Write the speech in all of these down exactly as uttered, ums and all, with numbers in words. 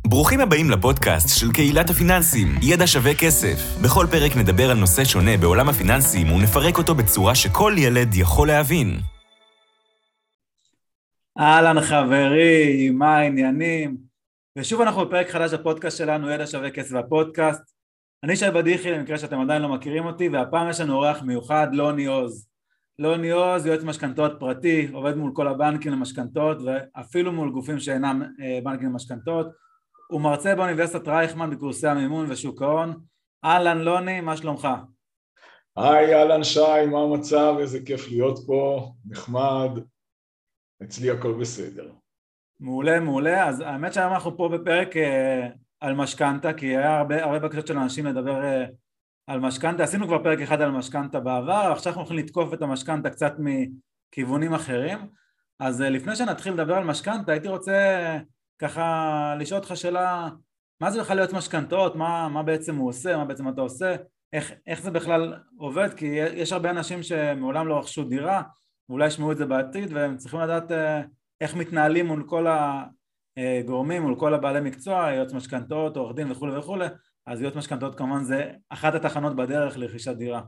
ברוכים הבאים לפודקאסט של קהילת הפיננסים, ידע שווה כסף. בכל פרק נדבר על נושא שונה בעולם הפיננסים ונפרק אותו בצורה שכל ילד יכול להבין. אהלן חברים, מה העניינים? ושוב אנחנו בפרק חדש בפודקאסט שלנו, ידע שווה כסף הפודקאסט. אני שי בדיחי, למקרה שאתם עדיין לא מכירים אותי, והפעם יש לנו אורח מיוחד, לוני עוז. לוני עוז, יועץ משכנתאות פרטי, עובד מול כל הבנקים למשכנתאות, ואפילו מול גופים שאינם בנקים למשכנתאות. הוא מרצה באוניברסיטת רייכמן בקורסי המימון ושוק ההון. אהלן לוני, מה שלומך? היי, אהלן שי, מה המצב? איזה כיף להיות פה, נחמד. אצלי הכל בסדר. מעולה, מעולה. אז האמת שהיום אנחנו פה בפרק אה, על משכנתה, כי היה הרבה, הרבה בקשות של אנשים לדבר אה, על משכנתה. עשינו כבר פרק אחד על משכנתה בעבר, עכשיו אנחנו הולכים לתקוף את המשכנתה קצת מכיוונים אחרים. אז אה, לפני שנתחיל לדבר על משכנתה, הייתי רוצה אה, ככה לשאול אותך שאלה, מה זה בכלל להיות משכנתאות? מה, מה בעצם הוא עושה? מה בעצם אתה עושה? איך, איך זה בכלל עובד? כי יש הרבה אנשים שמעולם לא רכשו דירה, ואולי ישמעו את זה בעתיד, והם צריכים לדעת אה, איך מתנהלים מול כל הגורמים, מול כל הבעלי מקצוע, יועץ משכנתאות, עורך דין וכו' וכו'. אז יועץ משכנתאות כמובן זה אחת התחנות בדרך לרכישת דירה.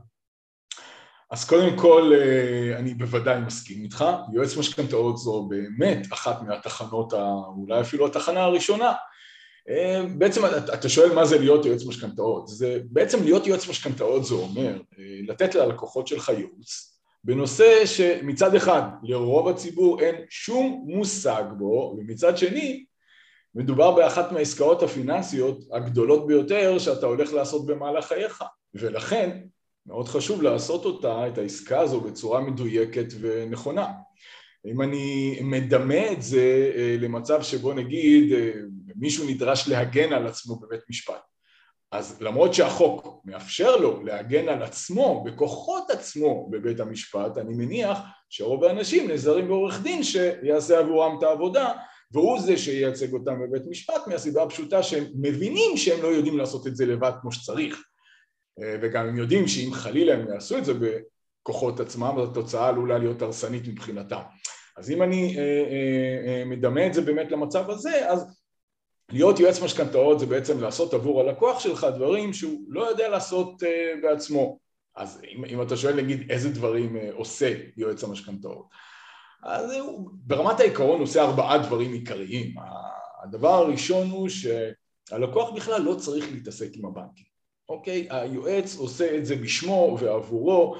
אז קודם כל אני בוודאי מסכים איתך, יועץ משכנתאות זו באמת אחת מהתחנות, אולי אפילו התחנה הראשונה. בעצם אתה שואל מה זה להיות יועץ משכנתאות, זה בעצם להיות יועץ משכנתאות זה אומר לתת ללקוחות שלך ייעוץ, בנושא שמצד אחד לרוב הציבור אין שום מושג בו, ומצד שני מדובר באחת מהעסקאות הפיננסיות הגדולות ביותר שאתה הולך לעשות במהלך חייך, ולכן מאוד חשוב לעשות אותה, את העסקה הזו, בצורה מדויקת ונכונה. אם אני מדמה את זה למצב שבו נגיד מישהו נדרש להגן על עצמו בבית משפט, אז למרות שהחוק מאפשר לו להגן על עצמו, בכוחות עצמו בבית המשפט, אני מניח שרוב האנשים נזרים בעורך דין שיעשה עבורם את העבודה, והוא זה שייצג אותם בבית משפט, מהסיבה הפשוטה שהם מבינים שהם לא יודעים לעשות את זה לבד כמו שצריך. וגם הם יודעים שאם חלילה הם יעשו את זה בכוחות עצמם, אז התוצאה עלולה להיות הרסנית מבחינתם. אז אם אני מדמה את זה באמת למצב הזה, אז להיות יועץ משכנתאות זה בעצם לעשות עבור הלקוח שלך דברים שהוא לא יודע לעשות בעצמו. אז אם, אם אתה שואל נגיד איזה דברים עושה יועץ המשכנתאות, אז הוא ברמת העיקרון עושה ארבעה דברים עיקריים. הדבר הראשון הוא שהלקוח בכלל לא צריך להתעסק עם הבנקים. אוקיי? היועץ עושה את זה בשמו ועבורו,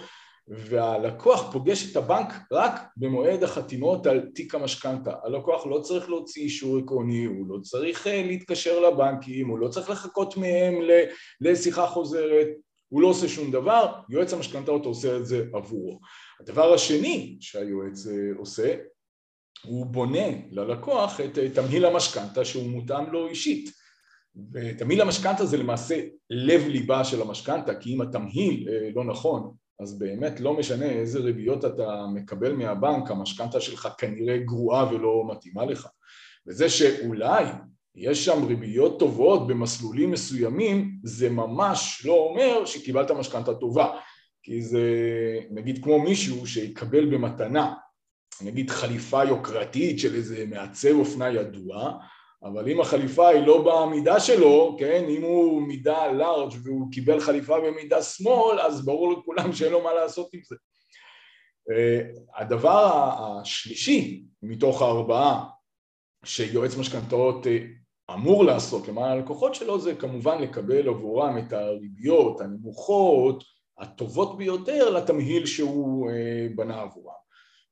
והלקוח פוגש את הבנק רק במועד החתימות על תיק המשכנתה. הלקוח לא צריך להוציא אישור עקרוני, הוא לא צריך להתקשר לבנקים, הוא לא צריך לחכות מהם לשיחה חוזרת, הוא לא עושה שום דבר, יועץ המשכנתאות עושה את זה עבורו. הדבר השני שהיועץ עושה, הוא בונה ללקוח את תמהיל המשכנתה שהוא מותאם לו אישית. ותמהיל המשכנתה זה למעשה לב ליבה של המשכנתה, כי אם התמהיל לא נכון, אז באמת לא משנה איזה ריביות אתה מקבל מהבנק, המשכנתה שלך כנראה גרועה ולא מתאימה לך. וזה שאולי יש שם ריביות טובות במסלולים מסוימים, זה ממש לא אומר שקיבלת משכנתה טובה. כי זה נגיד כמו מישהו שיקבל במתנה, נגיד חליפה יוקרתית של איזה מעצב אופנה ידוע, אבל אם החליפה היא לא במידה שלו, כן, אם הוא מידה לארג' והוא קיבל חליפה במידה שמאל, אז ברור לכולם שאין לו מה לעשות עם זה. הדבר השלישי מתוך הארבעה שיועץ משכנתאות אמור לעשות למען הלקוחות שלו, זה כמובן לקבל עבורם את הריביות הנמוכות, הטובות ביותר לתמהיל שהוא בנה עבורם.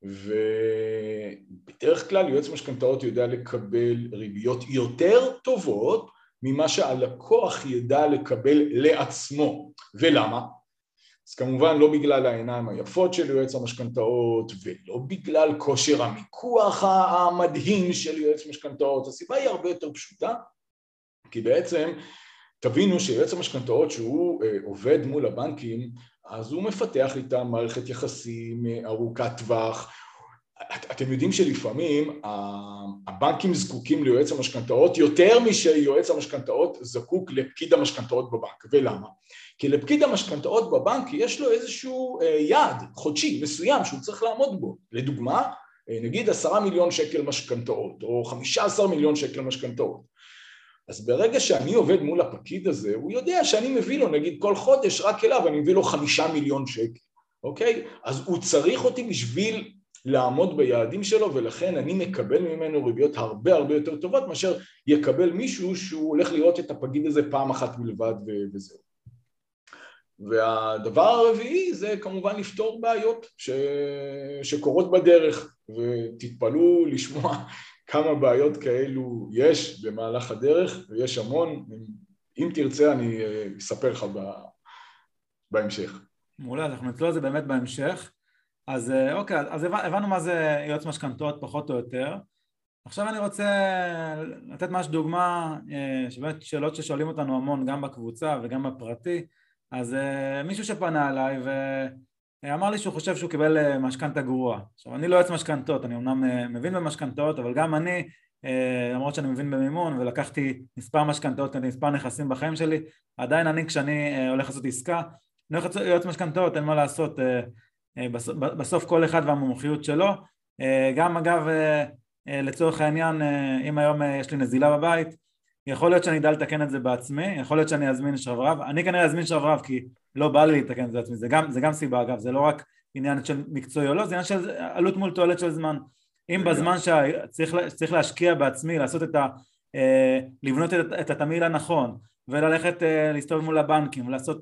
ובדרך כלל יועץ משכנתאות יודע לקבל ריביות יותר טובות ממה שהלקוח ידע לקבל לעצמו. ולמה? אז כמובן לא בגלל העיניים היפות של יועץ המשכנתאות ולא בגלל כושר המיקוח המדהים של יועץ משכנתאות. הסיבה היא הרבה יותר פשוטה, כי בעצם תבינו שיועץ המשכנתאות שהוא עובד מול הבנקים, אז הוא מפתח איתם מערכת יחסים ארוכת טווח. אתם יודעים שלפעמים הבנקים זקוקים ליועץ המשכנתאות יותר משיועץ המשכנתאות זקוק לפקיד המשכנתאות בבנק. ולמה? כי לפקיד המשכנתאות בבנק יש לו איזשהו יעד חודשי מסוים שהוא צריך לעמוד בו. לדוגמה, נגיד עשרה מיליון שקל משכנתאות או חמישה עשר מיליון שקל משכנתאות. אז ברגע שאני עובד מול הפקיד הזה, הוא יודע שאני מביא לו, נגיד כל חודש רק אליו, אני מביא לו חמישה מיליון שקל, אוקיי? אז הוא צריך אותי בשביל לעמוד ביעדים שלו, ולכן אני מקבל ממנו ריביות הרבה הרבה יותר טובות, מאשר יקבל מישהו שהוא הולך לראות את הפקיד הזה פעם אחת מלבד וזהו. והדבר הרביעי זה כמובן לפתור בעיות ש... שקורות בדרך, ותתפלאו לשמוע כמה בעיות כאלו יש במהלך הדרך, ויש המון, אם תרצה אני אספר לך בהמשך. מעולה, אז אנחנו נצלול על זה באמת בהמשך. אז אוקיי, אז הבנו מה זה יועץ משכנתאות פחות או יותר. עכשיו אני רוצה לתת ממש דוגמה, שבאמת שאלות ששואלים אותנו המון גם בקבוצה וגם בפרטי. אז מישהו שפנה אליי ואמר לי שהוא חושב שהוא קיבל משכנתה גרועה. עכשיו אני לא יועץ משכנתאות, אני אמנם מבין במשכנתאות, אבל גם אני, למרות שאני מבין במימון ולקחתי מספר משכנתאות, מספר נכסים בחיים שלי, עדיין אני כשאני הולך לעשות עסקה, אני הולך לעשות יועץ משכנתאות, אין מה לעשות, בסוף כל אחד והמומחיות שלו. גם אגב לצורך העניין, אם היום יש לי נזילה בבית, יכול להיות שאני אדע לתקן את זה בעצמי, יכול להיות שאני אזמין שרברב, אני כנראה אזמין שרברב כי לא בא לי לתקן את זה בעצמי, זה גם, זה גם סיבה אגב, זה לא רק עניין של מקצועי או לא, זה עניין של עלות מול תועלת של זמן. אם בזמן שצריך להשקיע בעצמי, לעשות את ה... לבנות את התמהיל הנכון, וללכת להסתובב מול הבנקים, ולעשות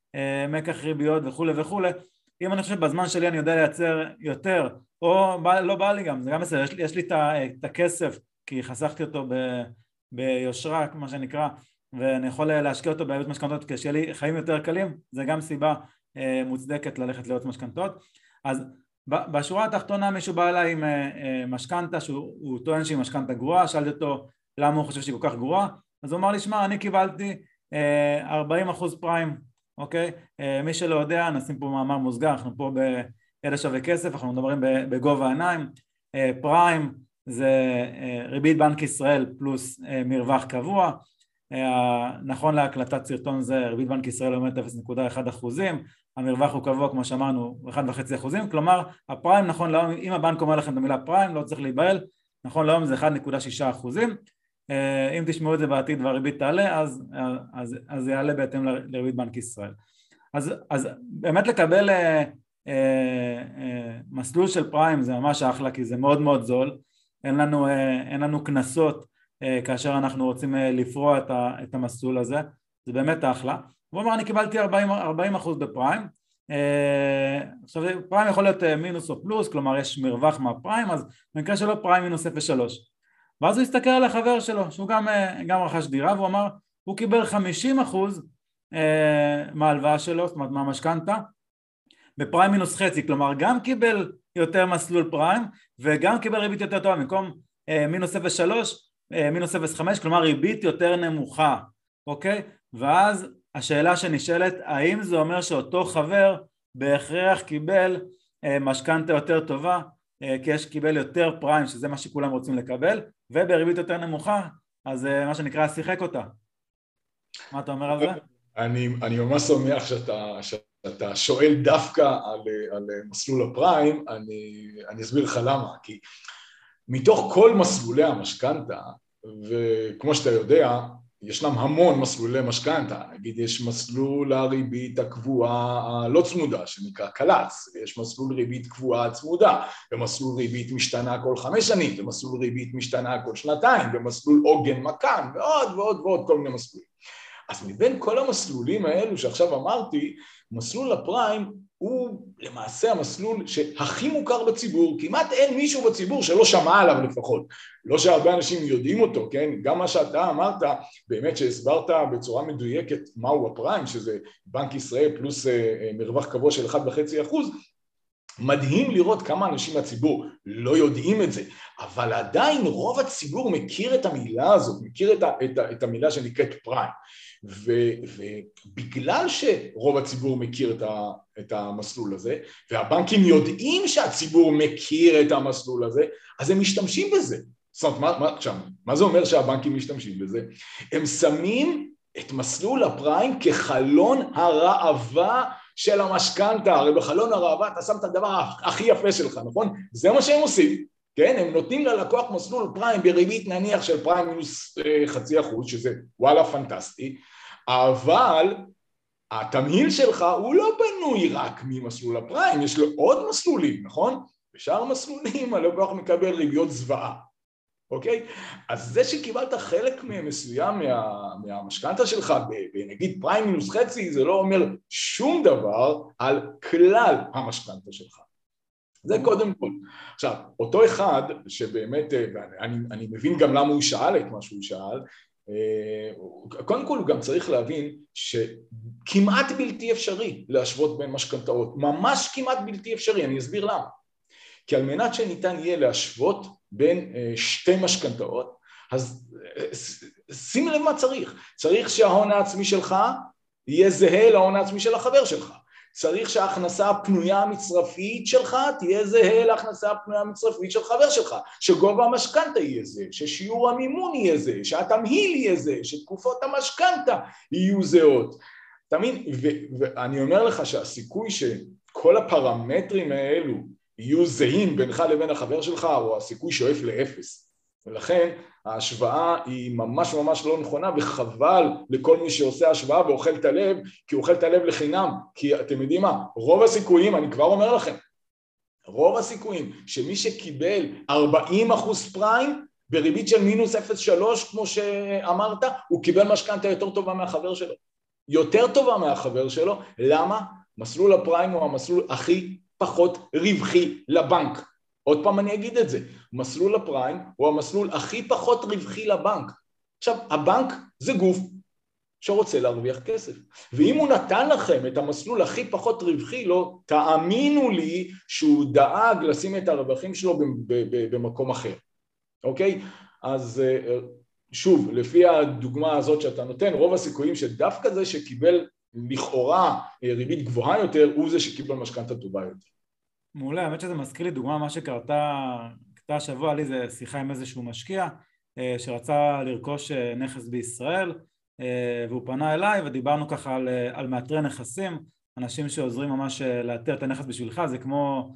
מקח ריביות וכו' וכו', אם אני חושב בזמן שלי אני יודע לייצר יותר, או לא בא לי גם, זה גם בסדר, יש לי, יש לי את הכסף, כי חסכתי אותו ב... ביושרה, מה שנקרא, ואני יכול להשקיע אותו בעיות משכנתות כדי שיהיה לי חיים יותר קלים, זה גם סיבה אה, מוצדקת ללכת להיות משכנתות. אז בשורה התחתונה מישהו בא אליי עם אה, משכנתה, שהוא טוען שהיא משכנתה גרועה, שאלתי אותו למה הוא חושב שהיא כל כך גרועה, אז הוא אמר לי, שמע, אני קיבלתי אה, ארבעים אחוז פריים, אוקיי? אה, מי שלא יודע, נשים פה מאמר מוסגר, אנחנו פה בידע שווה כסף, אנחנו מדברים בגובה העיניים, אה, פריים, זה ריבית בנק ישראל פלוס מרווח קבוע, נכון להקלטת סרטון זה ריבית בנק ישראל עומדת אפס נקודה אחת אחוזים, המרווח הוא קבוע כמו שאמרנו אחד נקודה חמש אחוזים, כלומר הפריים נכון להיום, אם הבנק אומר לכם את המילה פריים לא צריך להיבהל, נכון להיום זה אחד נקודה שש אחוזים, אם תשמעו את זה בעתיד והריבית תעלה אז, אז, אז זה יעלה בהתאם לריבית בנק ישראל. אז, אז באמת לקבל אה, אה, אה, מסלול של פריים זה ממש אחלה כי זה מאוד מאוד זול, אין לנו, אין לנו כנסות כאשר אנחנו רוצים לפרוע את, ה, את המסלול הזה, זה באמת אחלה. הוא אומר, אני קיבלתי ארבעים אחוז בפריים, עכשיו פריים יכול להיות מינוס או פלוס, כלומר יש מרווח מהפריים, אז במקרה שלו פריים מינוס אפס נקודה שלוש. ואז הוא הסתכל על החבר שלו, שהוא גם, גם רכש דירה, והוא אמר, הוא קיבל חמישים אחוז מההלוואה שלו, זאת אומרת מהמשכנתה, בפריים מינוס חצי, כלומר גם קיבל יותר מסלול פריים, וגם קיבל ריבית יותר טובה, במקום אה, מינוס אפס נקודה שלוש, אה, מינוס אפס נקודה חמש, כלומר ריבית יותר נמוכה, אוקיי? ואז השאלה שנשאלת, האם זה אומר שאותו חבר בהכרח קיבל אה, משכנתה יותר טובה, אה, כי יש קיבל יותר פריים, שזה מה שכולם רוצים לקבל, ובריבית יותר נמוכה, אז אה, מה שנקרא, שיחק אותה. מה אתה אומר על זה? אני, אני ממש שמח שאתה... שאתה... אתה שואל דווקא על, על מסלול הפריים, אני, אני אסביר לך למה, כי מתוך כל מסלולי המשכנתה, וכמו שאתה יודע, ישנם המון מסלולי משכנתה, נגיד יש מסלול הריבית הקבועה הלא צמודה, שנקרא קלץ, ויש מסלול ריבית קבועה צמודה, ומסלול ריבית משתנה כל חמש שנים, ומסלול ריבית משתנה כל שנתיים, ומסלול עוגן מקן, ועוד ועוד ועוד כל מיני מסלולים. אז מבין כל המסלולים האלו שעכשיו אמרתי, מסלול הפריים הוא למעשה המסלול שהכי מוכר בציבור, כמעט אין מישהו בציבור שלא שמע עליו לפחות, לא שהרבה אנשים יודעים אותו, כן? גם מה שאתה אמרת, באמת שהסברת בצורה מדויקת מהו הפריים, שזה בנק ישראל פלוס מרווח קבוע של אחד נקודה חמש אחוז, מדהים לראות כמה אנשים מהציבור לא יודעים את זה, אבל עדיין רוב הציבור מכיר את המילה הזאת, מכיר את, ה, את, ה, את המילה שנקראת פריים, ו, ובגלל שרוב הציבור מכיר את, ה, את המסלול הזה, והבנקים יודעים שהציבור מכיר את המסלול הזה, אז הם משתמשים בזה. זאת אומרת, מה, מה, עכשיו, מה זה אומר שהבנקים משתמשים בזה? הם שמים את מסלול הפריים כחלון הראווה של המשכנתה, הרי בחלון הראווה אתה שם את הדבר הכי יפה שלך, נכון? זה מה שהם עושים, כן, הם נותנים ללקוח מסלול פריים בריבית נניח של פריים מינוס חצי אחוז, שזה וואלה פנטסטי, אבל התמהיל שלך הוא לא בנוי רק ממסלול הפריים, יש לו עוד מסלולים, נכון? בשאר המסלולים הלקוח מקבל ריביות זוועה, אוקיי? אז זה שקיבלת חלק מסוים מה, מהמשכנתה שלך, בנגיד פריים מינוס חצי, זה לא אומר שום דבר על כלל המשכנתה שלך. זה קודם כל. עכשיו, אותו אחד שבאמת, ואני אני מבין גם למה הוא שאל את מה שהוא שאל, קודם כל הוא גם צריך להבין שכמעט בלתי אפשרי להשוות בין משכנתאות, ממש כמעט בלתי אפשרי, אני אסביר למה. כי על מנת שניתן יהיה להשוות בין שתי משכנתאות, אז שים לב מה צריך, צריך שההון העצמי שלך יהיה זהה להון העצמי של החבר שלך, צריך שההכנסה הפנויה המצרפית שלך תהיה זהה להכנסה הפנויה המצרפית של חבר שלך, שגובה המשכנתה יהיה זה, ששיעור המימון יהיה זה, שהתמהיל יהיה זה, שתקופות המשכנתה יהיו זהות. תמיד, ואני אומר לך שהסיכוי שכל הפרמטרים האלו יהיו זהים בינך לבין החבר שלך, או הסיכוי שואף לאפס. ולכן ההשוואה היא ממש ממש לא נכונה, וחבל לכל מי שעושה השוואה ואוכל את הלב, כי הוא אוכל את הלב לחינם, כי אתם יודעים מה, רוב הסיכויים, אני כבר אומר לכם, רוב הסיכויים שמי שקיבל ארבעים אחוז פריים, בריבית של מינוס אפס נקודה שלוש, כמו שאמרת, הוא קיבל משכנתה יותר טובה מהחבר שלו. יותר טובה מהחבר שלו, למה? מסלול הפריים הוא המסלול הכי פחות רווחי לבנק. עוד פעם אני אגיד את זה, מסלול הפריים הוא המסלול הכי פחות רווחי לבנק. עכשיו, הבנק זה גוף שרוצה להרוויח כסף, ואם הוא נתן לכם את המסלול הכי פחות רווחי לו, תאמינו לי שהוא דאג לשים את הרווחים שלו במקום אחר, אוקיי? אז שוב, לפי הדוגמה הזאת שאתה נותן, רוב הסיכויים שדווקא זה שקיבל לכאורה ריבית גבוהה יותר, הוא זה שקיבל משכנתה טובה יותר. מעולה, האמת שזה מזכיר לי דוגמה מה שקרתה השבוע, לי זה שיחה עם איזשהו משקיע שרצה לרכוש נכס בישראל, והוא פנה אליי ודיברנו ככה על, על מאתרי נכסים, אנשים שעוזרים ממש לאתר את הנכס בשבילך, זה כמו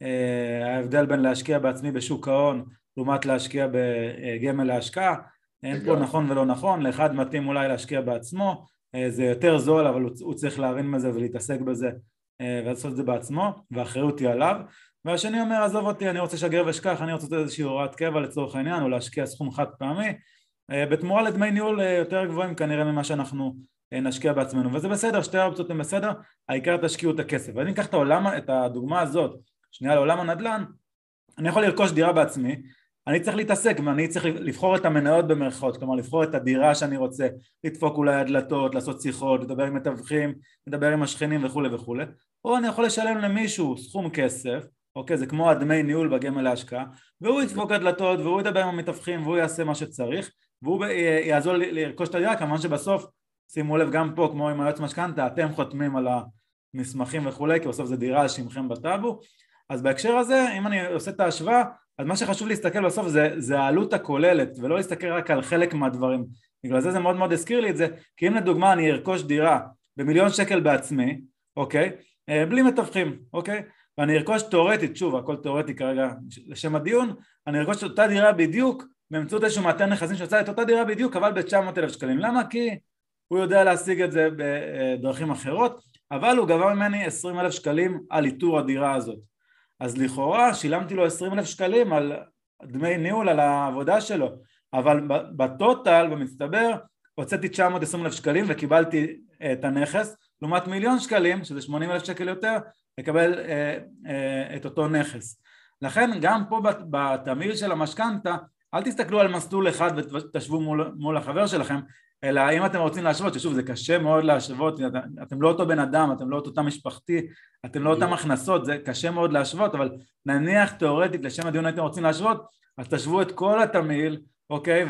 ההבדל בין להשקיע בעצמי בשוק ההון, לעומת להשקיע בגמל להשקעה, אין פה נכון ולא נכון, לאחד מתאים אולי להשקיע בעצמו, זה יותר זול אבל הוא צריך להבין מזה ולהתעסק בזה, ולעשות את זה בעצמו, והאחריות היא עליו, והשני אומר, עזוב אותי, אני רוצה שגר ושכח, אני רוצה איזושהי הוראת קבע לצורך העניין, או להשקיע סכום חד פעמי, בתמורה לדמי ניהול יותר גבוהים כנראה ממה שאנחנו נשקיע בעצמנו, וזה בסדר, שתי האופציות הן בסדר, העיקר תשקיעו את הכסף. ואני אקח את העולם, את הדוגמה הזאת, שנייה לעולם הנדל"ן, אני יכול לרכוש דירה בעצמי, אני צריך להתעסק, ואני צריך לבחור את המניות במרכאות, כלומר לבחור את הדירה שאני רוצה, לדפוק אולי הדלתות, לעשות שיחות, לדבר עם מתווכים, לדבר עם השכנים וכו' וכו', או אני יכול לשלם למישהו סכום כסף, אוקיי, זה כמו הדמי ניהול בגמל להשקעה, והוא ידפוק הדלתות, והוא ידבר עם המתווכים, והוא יעשה מה שצריך, והוא יעזור לרכוש את הדירה, כמובן שבסוף, שימו לב גם פה, כמו עם היועץ משכנתא, אתם חותמים על המסמכים וכו', כי בסוף זה דירה על שמכם בטאבו, אז בהקשר הזה, אם אני עושה את ההשוואה, אז מה שחשוב להסתכל בסוף זה, זה העלות הכוללת, ולא להסתכל רק על חלק מהדברים. בגלל זה זה מאוד מאוד הזכיר לי את זה, כי אם לדוגמה אני ארכוש דירה במיליון שקל בעצמי, אוקיי? בלי מתווכים, אוקיי? ואני ארכוש תיאורטית, שוב, הכל תיאורטי כרגע לשם הדיון, אני ארכוש אותה דירה בדיוק, באמצעות איזשהו מאתר נכסים שיוצא את אותה דירה בדיוק, אבל ב-תשע מאות אלף שקלים. למה? כי הוא יודע להשיג את זה בדרכים אחרות, אבל הוא גבה ממני עשרים אלף שקלים על איתור הדירה הזאת. אז לכאורה שילמתי לו עשרים אלף שקלים על דמי ניהול על העבודה שלו, אבל בטוטל, במצטבר, הוצאתי תשע מאות ועשרים אלף שקלים וקיבלתי את הנכס, לעומת מיליון שקלים, שזה שמונים אלף שקל יותר, לקבל אה, אה, את אותו נכס. לכן גם פה בתמהיל של המשכנתא, אל תסתכלו על מסלול אחד ותשבו מול, מול החבר שלכם, אלא אם אתם רוצים להשוות, ששוב זה קשה מאוד להשוות, אתם לא אותו בן אדם, אתם לא אותו תא משפחתי, אתם לא אותם הכנסות, זה קשה מאוד להשוות, אבל נניח תיאורטית לשם הדיון הייתם רוצים להשוות, אז תשוו את כל התמהיל, אוקיי,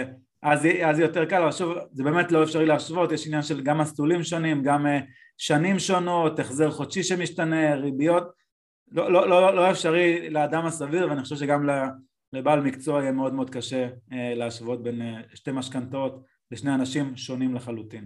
ואז אז יותר קל, אבל שוב זה באמת לא אפשרי להשוות, יש עניין של גם מסלולים שונים, גם שנים שונות, החזר חודשי שמשתנה, ריביות, לא, לא, לא, לא אפשרי לאדם הסביר, ואני חושב שגם לבעל מקצוע יהיה מאוד מאוד קשה להשוות בין שתי משכנתאות, לשני אנשים שונים לחלוטין.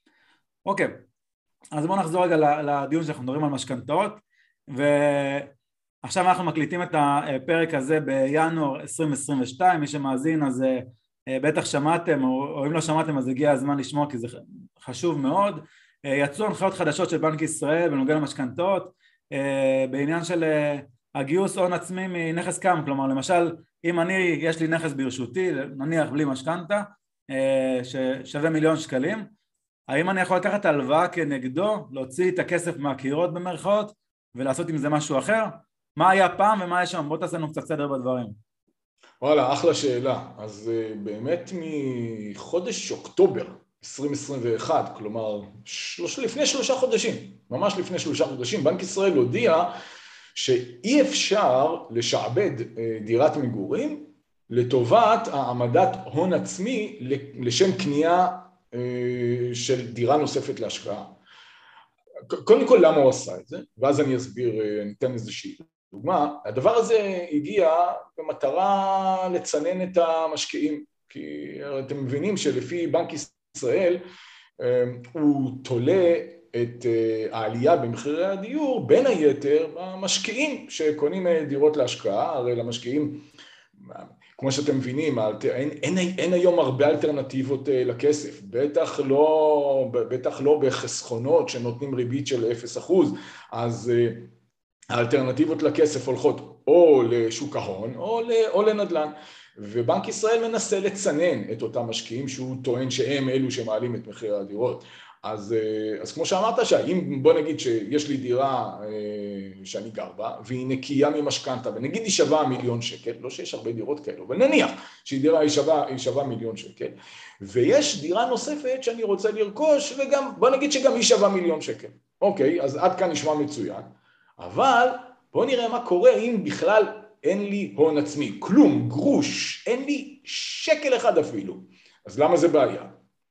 אוקיי, אז בואו נחזור רגע לדיון שאנחנו מדברים על משכנתאות, עכשיו אנחנו מקליטים את הפרק הזה בינואר עשרים עשרים ושתיים, מי שמאזין אז בטח שמעתם, או אם לא שמעתם אז הגיע הזמן לשמוע כי זה חשוב מאוד. יצאו הנחיות חדשות של בנק ישראל בנוגע למשכנתאות, בעניין של הגיוס הון עצמי מנכס קיים, כלומר למשל אם אני, יש לי נכס ברשותי, נניח בלי משכנתה, ששווה מיליון שקלים, האם אני יכול לקחת הלוואה כנגדו, להוציא את הכסף מהקירות במרכאות, ולעשות עם זה משהו אחר? מה היה פעם ומה יש שם? בוא תעשה לנו קצת סדר בדברים. וואלה, אחלה שאלה. אז באמת מחודש אוקטובר עשרים עשרים ואחת, כלומר שלוש, לפני שלושה חודשים, ממש לפני שלושה חודשים, בנק ישראל הודיע שאי אפשר לשעבד דירת מגורים לטובת העמדת הון עצמי לשם קנייה של דירה נוספת להשקעה. קודם כל למה הוא עשה את זה, ואז אני אסביר, אני אתן איזושהי דוגמה. הדבר הזה הגיע במטרה לצנן את המשקיעים, כי אתם מבינים שלפי בנק ישראל הוא תולה את העלייה במחירי הדיור בין היתר במשקיעים שקונים דירות להשקעה. הרי למשקיעים, כמו שאתם מבינים, אין, אין, אין היום הרבה אלטרנטיבות לכסף, בטח לא, בטח לא בחסכונות שנותנים ריבית של אפס אחוז, אז האלטרנטיבות לכסף הולכות או לשוק ההון או, או לנדל"ן, ובנק ישראל מנסה לצנן את אותם משקיעים שהוא טוען שהם אלו שמעלים את מחירי הדירות. אז, אז כמו שאמרת, שאם בוא נגיד שיש לי דירה שאני גר בה, והיא נקייה ממשכנתה, ונגיד היא שווה מיליון שקל, לא שיש הרבה דירות כאלו, אבל נניח שהיא דירה היא שווה, היא שווה מיליון שקל, ויש דירה נוספת שאני רוצה לרכוש, וגם, בוא נגיד שגם היא שווה מיליון שקל. אוקיי, אז עד כאן נשמע מצוין, אבל בוא נראה מה קורה אם בכלל אין לי הון עצמי, כלום, גרוש, אין לי שקל אחד אפילו. אז למה זה בעיה?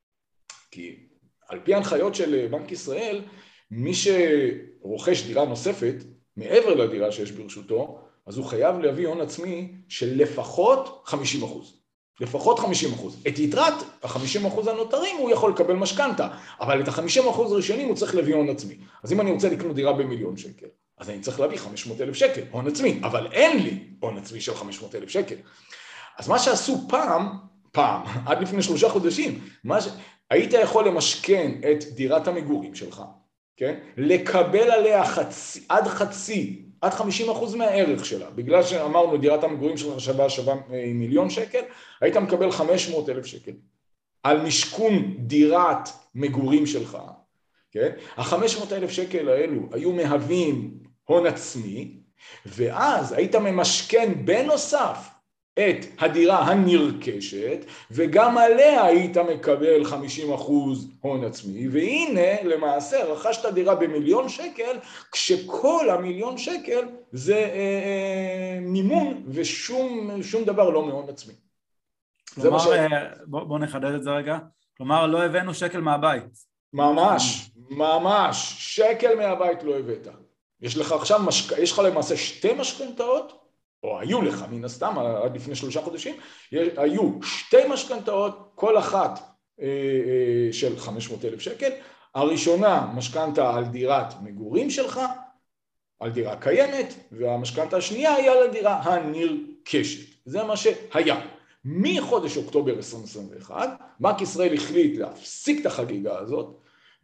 כי על פי ההנחיות של בנק ישראל, מי שרוכש דירה נוספת, מעבר לדירה שיש ברשותו, אז הוא חייב להביא הון עצמי של לפחות חמישים אחוז. לפחות חמישים אחוז. את יתרת ה-חמישים אחוז הנותרים הוא יכול לקבל משכנתה, אבל את ה-חמישים אחוז הראשונים הוא צריך להביא הון עצמי. אז אם אני רוצה לקנות דירה במיליון שקל, אז אני צריך להביא חמש מאות אלף שקל, הון עצמי, אבל אין לי הון עצמי של חמש מאות אלף שקל. אז מה שעשו פעם, פעם, עד לפני שלושה חודשים, מה ש... היית יכול למשכן את דירת המגורים שלך, כן? לקבל עליה חצי, עד חצי, עד חמישים אחוז מהערך שלה, בגלל שאמרנו דירת המגורים שלך שווה שווה מיליון שקל, היית מקבל חמש מאות אלף שקל על משכון דירת מגורים שלך, כן? ה-חמש מאות אלף שקל האלו היו מהווים הון עצמי, ואז היית ממשכן בנוסף את הדירה הנרכשת, וגם עליה היית מקבל חמישים אחוז הון עצמי, והנה למעשה רכשת דירה במיליון שקל, כשכל המיליון שקל זה אה, אה, מימון ושום שום דבר לא מהון עצמי. כלומר, ש... בוא, בוא נחדד את זה רגע, כלומר לא הבאנו שקל מהבית. ממש, ממש, שקל מהבית לא הבאת. יש לך עכשיו, משק... יש לך למעשה שתי משכנתאות, או היו לך מן הסתם, עד לפני שלושה חודשים, היו שתי משכנתאות, כל אחת אה, אה, של חמש מאות אלף שקל, הראשונה משכנתה על דירת מגורים שלך, על דירה קיימת, והמשכנתה השנייה היא על הדירה הנרכשת. זה מה שהיה. מחודש אוקטובר עשרים עשרים ואחת, בנק ישראל החליט להפסיק את החגיגה הזאת,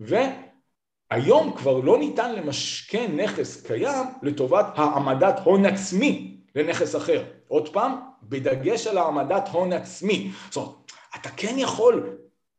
והיום כבר לא ניתן למשכן נכס קיים לטובת העמדת הון עצמי לנכס אחר. עוד פעם, בדגש על העמדת הון עצמי. זאת אומרת, אתה כן יכול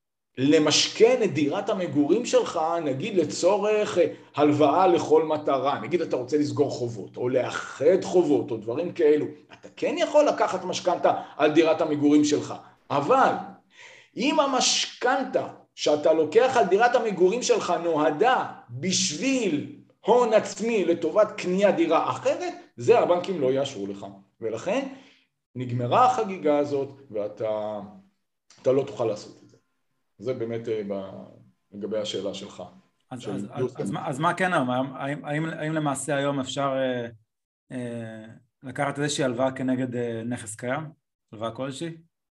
למשכן את דירת המגורים שלך, נגיד לצורך הלוואה לכל מטרה, נגיד אתה רוצה לסגור חובות, או לאחד חובות, או דברים כאלו, אתה כן יכול לקחת משכנתה על דירת המגורים שלך, אבל אם המשכנתה שאתה לוקח על דירת המגורים שלך נועדה בשביל הון עצמי לטובת קניית דירה אחרת, זה הבנקים לא יאשרו לך, ולכן נגמרה החגיגה הזאת, ואתה אתה לא תוכל לעשות את זה. זה באמת לגבי השאלה שלך. אז, של אז, אז, אז, אז מה כן היום? האם, האם, האם למעשה היום אפשר אה, אה, לקחת איזושהי הלוואה כנגד אה, נכס קיים? הלוואה כלשהי?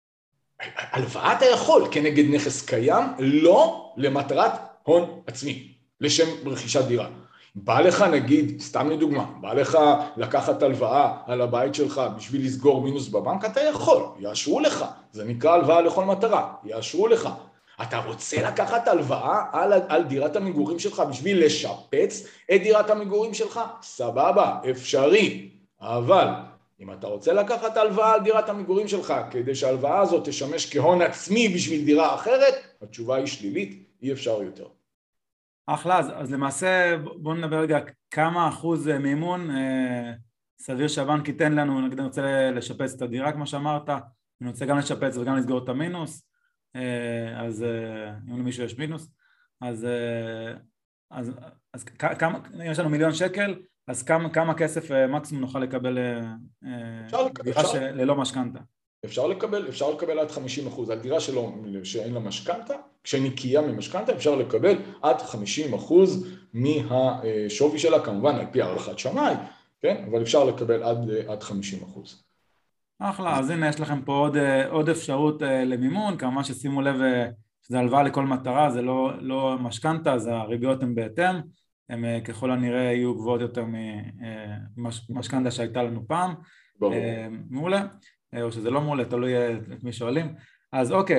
הלוואה אתה יכול כנגד נכס קיים, לא למטרת הון עצמי, לשם רכישת דירה. בא לך נגיד, סתם לדוגמה, בא לך לקחת הלוואה על הבית שלך בשביל לסגור מינוס בבנק, אתה יכול, יאשרו לך, זה נקרא הלוואה לכל מטרה, יאשרו לך. אתה רוצה לקחת הלוואה על, על דירת המגורים שלך בשביל לשפץ את דירת המגורים שלך? סבבה, אפשרי, אבל אם אתה רוצה לקחת הלוואה על דירת המגורים שלך כדי שההלוואה הזאת תשמש כהון עצמי בשביל דירה אחרת, התשובה היא שלילית, אי אפשר יותר. אחלה, אז, אז למעשה בואו נדבר רגע כמה אחוז מימון אה, סביר שהבנק ייתן לנו, נגיד אני רוצה לשפץ את הדירה כמו שאמרת, אני רוצה גם לשפץ וגם לסגור את המינוס, אה, אז אה, אם למישהו יש מינוס, אז, אה, אז, אז כמה, אם יש לנו מיליון שקל, אז כמה, כמה כסף אה, מקסימום נוכל לקבל אה, דירה ללא משכנתה? אפשר לקבל, אפשר לקבל עד חמישים אחוז, על דירה שלא, שאין לה משכנתה, כשנקייה ממשכנתה אפשר לקבל עד חמישים אחוז מהשווי שלה, כמובן על פי הערכת שמאי, כן? אבל אפשר לקבל עד, עד חמישים אחוז. אחלה, אז הנה יש לכם פה עוד, עוד אפשרות למימון, כמובן ששימו לב שזה הלוואה לכל מטרה, זה לא, לא משכנתה, אז הריביות הן בהתאם, הן ככל הנראה יהיו גבוהות יותר ממשכנתה שהייתה לנו פעם. ברור. מעולה. או שזה לא מעולה, תלוי את מי שואלים. אז אוקיי,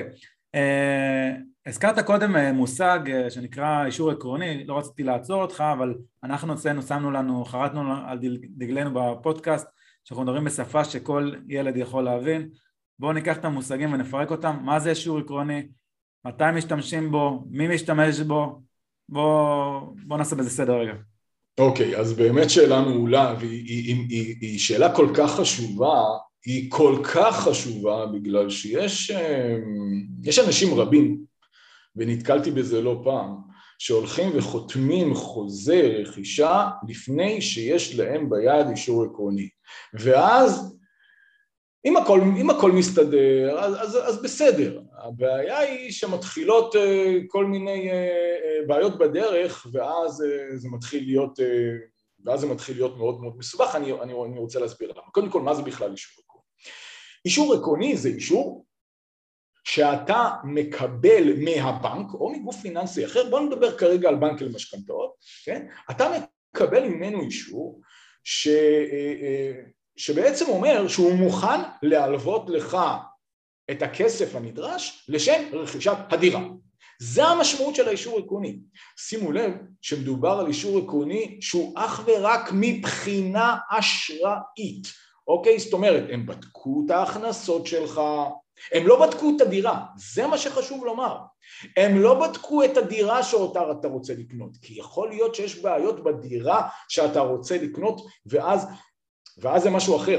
הזכרת קודם מושג שנקרא אישור עקרוני, לא רציתי לעצור אותך, אבל אנחנו אצלנו, שמנו לנו, חרטנו על דגלנו בפודקאסט, שאנחנו מדברים בשפה שכל ילד יכול להבין. בואו ניקח את המושגים ונפרק אותם. מה זה אישור עקרוני? מתי משתמשים בו? מי משתמש בו? בואו בוא נעשה בזה סדר רגע. אוקיי, אז באמת שאלה מעולה, והיא היא, היא, היא שאלה כל כך חשובה, היא כל כך חשובה בגלל שיש יש אנשים רבים, ונתקלתי בזה לא פעם, שהולכים וחותמים חוזה רכישה לפני שיש להם ביד אישור עקרוני. ואז, אם הכל, אם הכל מסתדר, אז, אז, אז בסדר. הבעיה היא שמתחילות כל מיני בעיות בדרך, ואז זה מתחיל להיות, ואז זה מתחיל להיות מאוד מאוד מסובך. אני, אני, אני רוצה להסביר למה. קודם כל, מה זה בכלל אישור עקרוני? אישור עקרוני זה אישור שאתה מקבל מהבנק או מגוף פיננסי אחר, בוא נדבר כרגע על בנק למשכנתאות, כן? אתה מקבל ממנו אישור ש... שבעצם אומר שהוא מוכן להלוות לך את הכסף הנדרש לשם רכישת הדירה. זה המשמעות של האישור עקרוני. שימו לב שמדובר על אישור עקרוני שהוא אך ורק מבחינה אשראית. אוקיי? זאת אומרת, הם בדקו את ההכנסות שלך, הם לא בדקו את הדירה, זה מה שחשוב לומר. הם לא בדקו את הדירה שאותה אתה רוצה לקנות, כי יכול להיות שיש בעיות בדירה שאתה רוצה לקנות, ואז, ואז זה משהו אחר.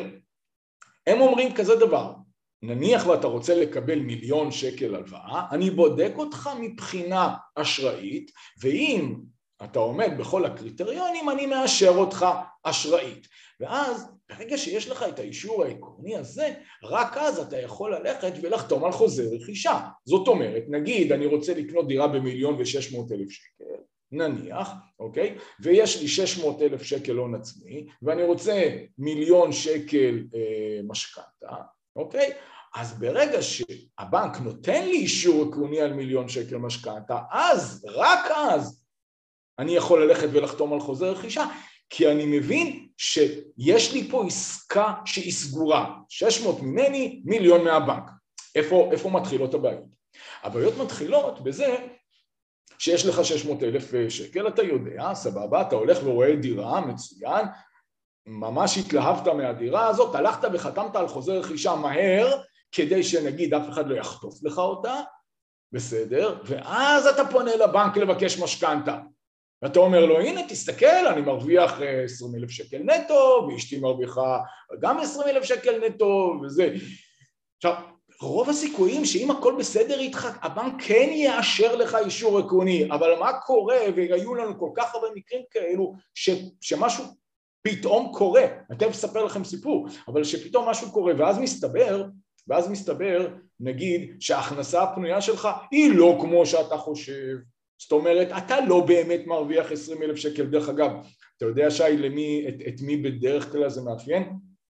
הם אומרים כזה דבר, נניח ואתה רוצה לקבל מיליון שקל הלוואה, אני בודק אותך מבחינה אשראית, ואם אתה עומד בכל הקריטריונים, אני מאשר אותך אשראית. ואז, ברגע שיש לך את האישור העקרוני הזה, רק אז אתה יכול ללכת ולחתום על חוזה רכישה. זאת אומרת, נגיד, אני רוצה לקנות דירה במיליון ושש מאות אלף שקל, נניח, אוקיי? ויש לי שש מאות אלף שקל הון עצמי, ואני רוצה מיליון שקל אה, משכנתה, אוקיי? אז ברגע שהבנק נותן לי אישור עקרוני על מיליון שקל משכנתה, אז, רק אז, אני יכול ללכת ולחתום על חוזה רכישה, כי אני מבין שיש לי פה עסקה שהיא סגורה, שש מאות ממני, מיליון מהבנק. איפה, איפה מתחילות הבעיות? הבעיות מתחילות בזה שיש לך שש מאות אלף שקל, אתה יודע, סבבה, אתה הולך ורואה דירה, מצוין, ממש התלהבת מהדירה הזאת, הלכת וחתמת על חוזה רכישה מהר, כדי שנגיד אף אחד לא יחטוף לך אותה, בסדר, ואז אתה פונה לבנק לבקש משכנתה. ואתה אומר לו, הנה תסתכל, אני מרוויח עשרים אלף שקל נטו, ואשתי מרוויחה גם עשרים אלף שקל נטו, וזה. עכשיו, רוב הסיכויים שאם הכל בסדר איתך, הבנק כן יאשר לך אישור עקרוני, אבל מה קורה, והיו לנו כל כך הרבה מקרים כאלו, ש, שמשהו פתאום קורה, אני תכף אספר לכם סיפור, אבל שפתאום משהו קורה, ואז מסתבר, ואז מסתבר, נגיד, שההכנסה הפנויה שלך היא לא כמו שאתה חושב, זאת אומרת, אתה לא באמת מרוויח עשרים אלף שקל, דרך אגב, אתה יודע שי, למי, את, את מי בדרך כלל זה מאפיין?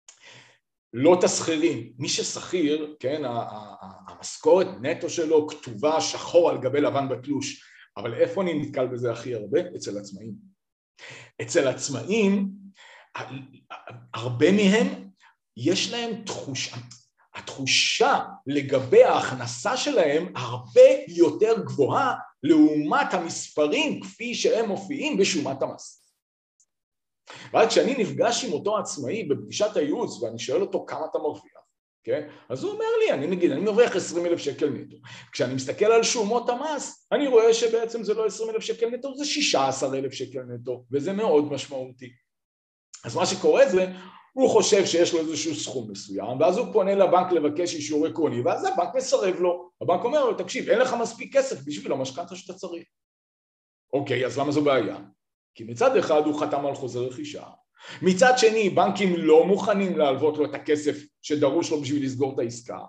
לא תסחירים, מי ששכיר, כן, המשכורת נטו שלו כתובה שחור על גבי לבן בתלוש, אבל איפה אני נתקל בזה הכי הרבה? אצל עצמאים. אצל עצמאים, הרבה מהם יש להם תחושה, התחושה לגבי ההכנסה שלהם הרבה יותר גבוהה לעומת המספרים כפי שהם מופיעים בשומת המס. ואז כשאני נפגש עם אותו עצמאי בפגישת הייעוץ ואני שואל אותו כמה אתה מרוויח, כן? אז הוא אומר לי, אני נגיד, אני מרוויח עשרים אלף שקל נטו. כשאני מסתכל על שומות המס, אני רואה שבעצם זה לא עשרים אלף שקל נטו, זה שישה עשר אלף שקל נטו, וזה מאוד משמעותי. אז מה שקורה זה, הוא חושב שיש לו איזשהו סכום מסוים, ואז הוא פונה לבנק לבקש אישור עקרוני, ואז הבנק מסרב לו. הבנק אומר לו, תקשיב, אין לך מספיק כסף בשביל המשכנתא שאתה צריך. אוקיי, אז למה זו בעיה? כי מצד אחד הוא חתם על חוזה רכישה, מצד שני בנקים לא מוכנים להלוות לו את הכסף שדרוש לו בשביל לסגור את העסקה,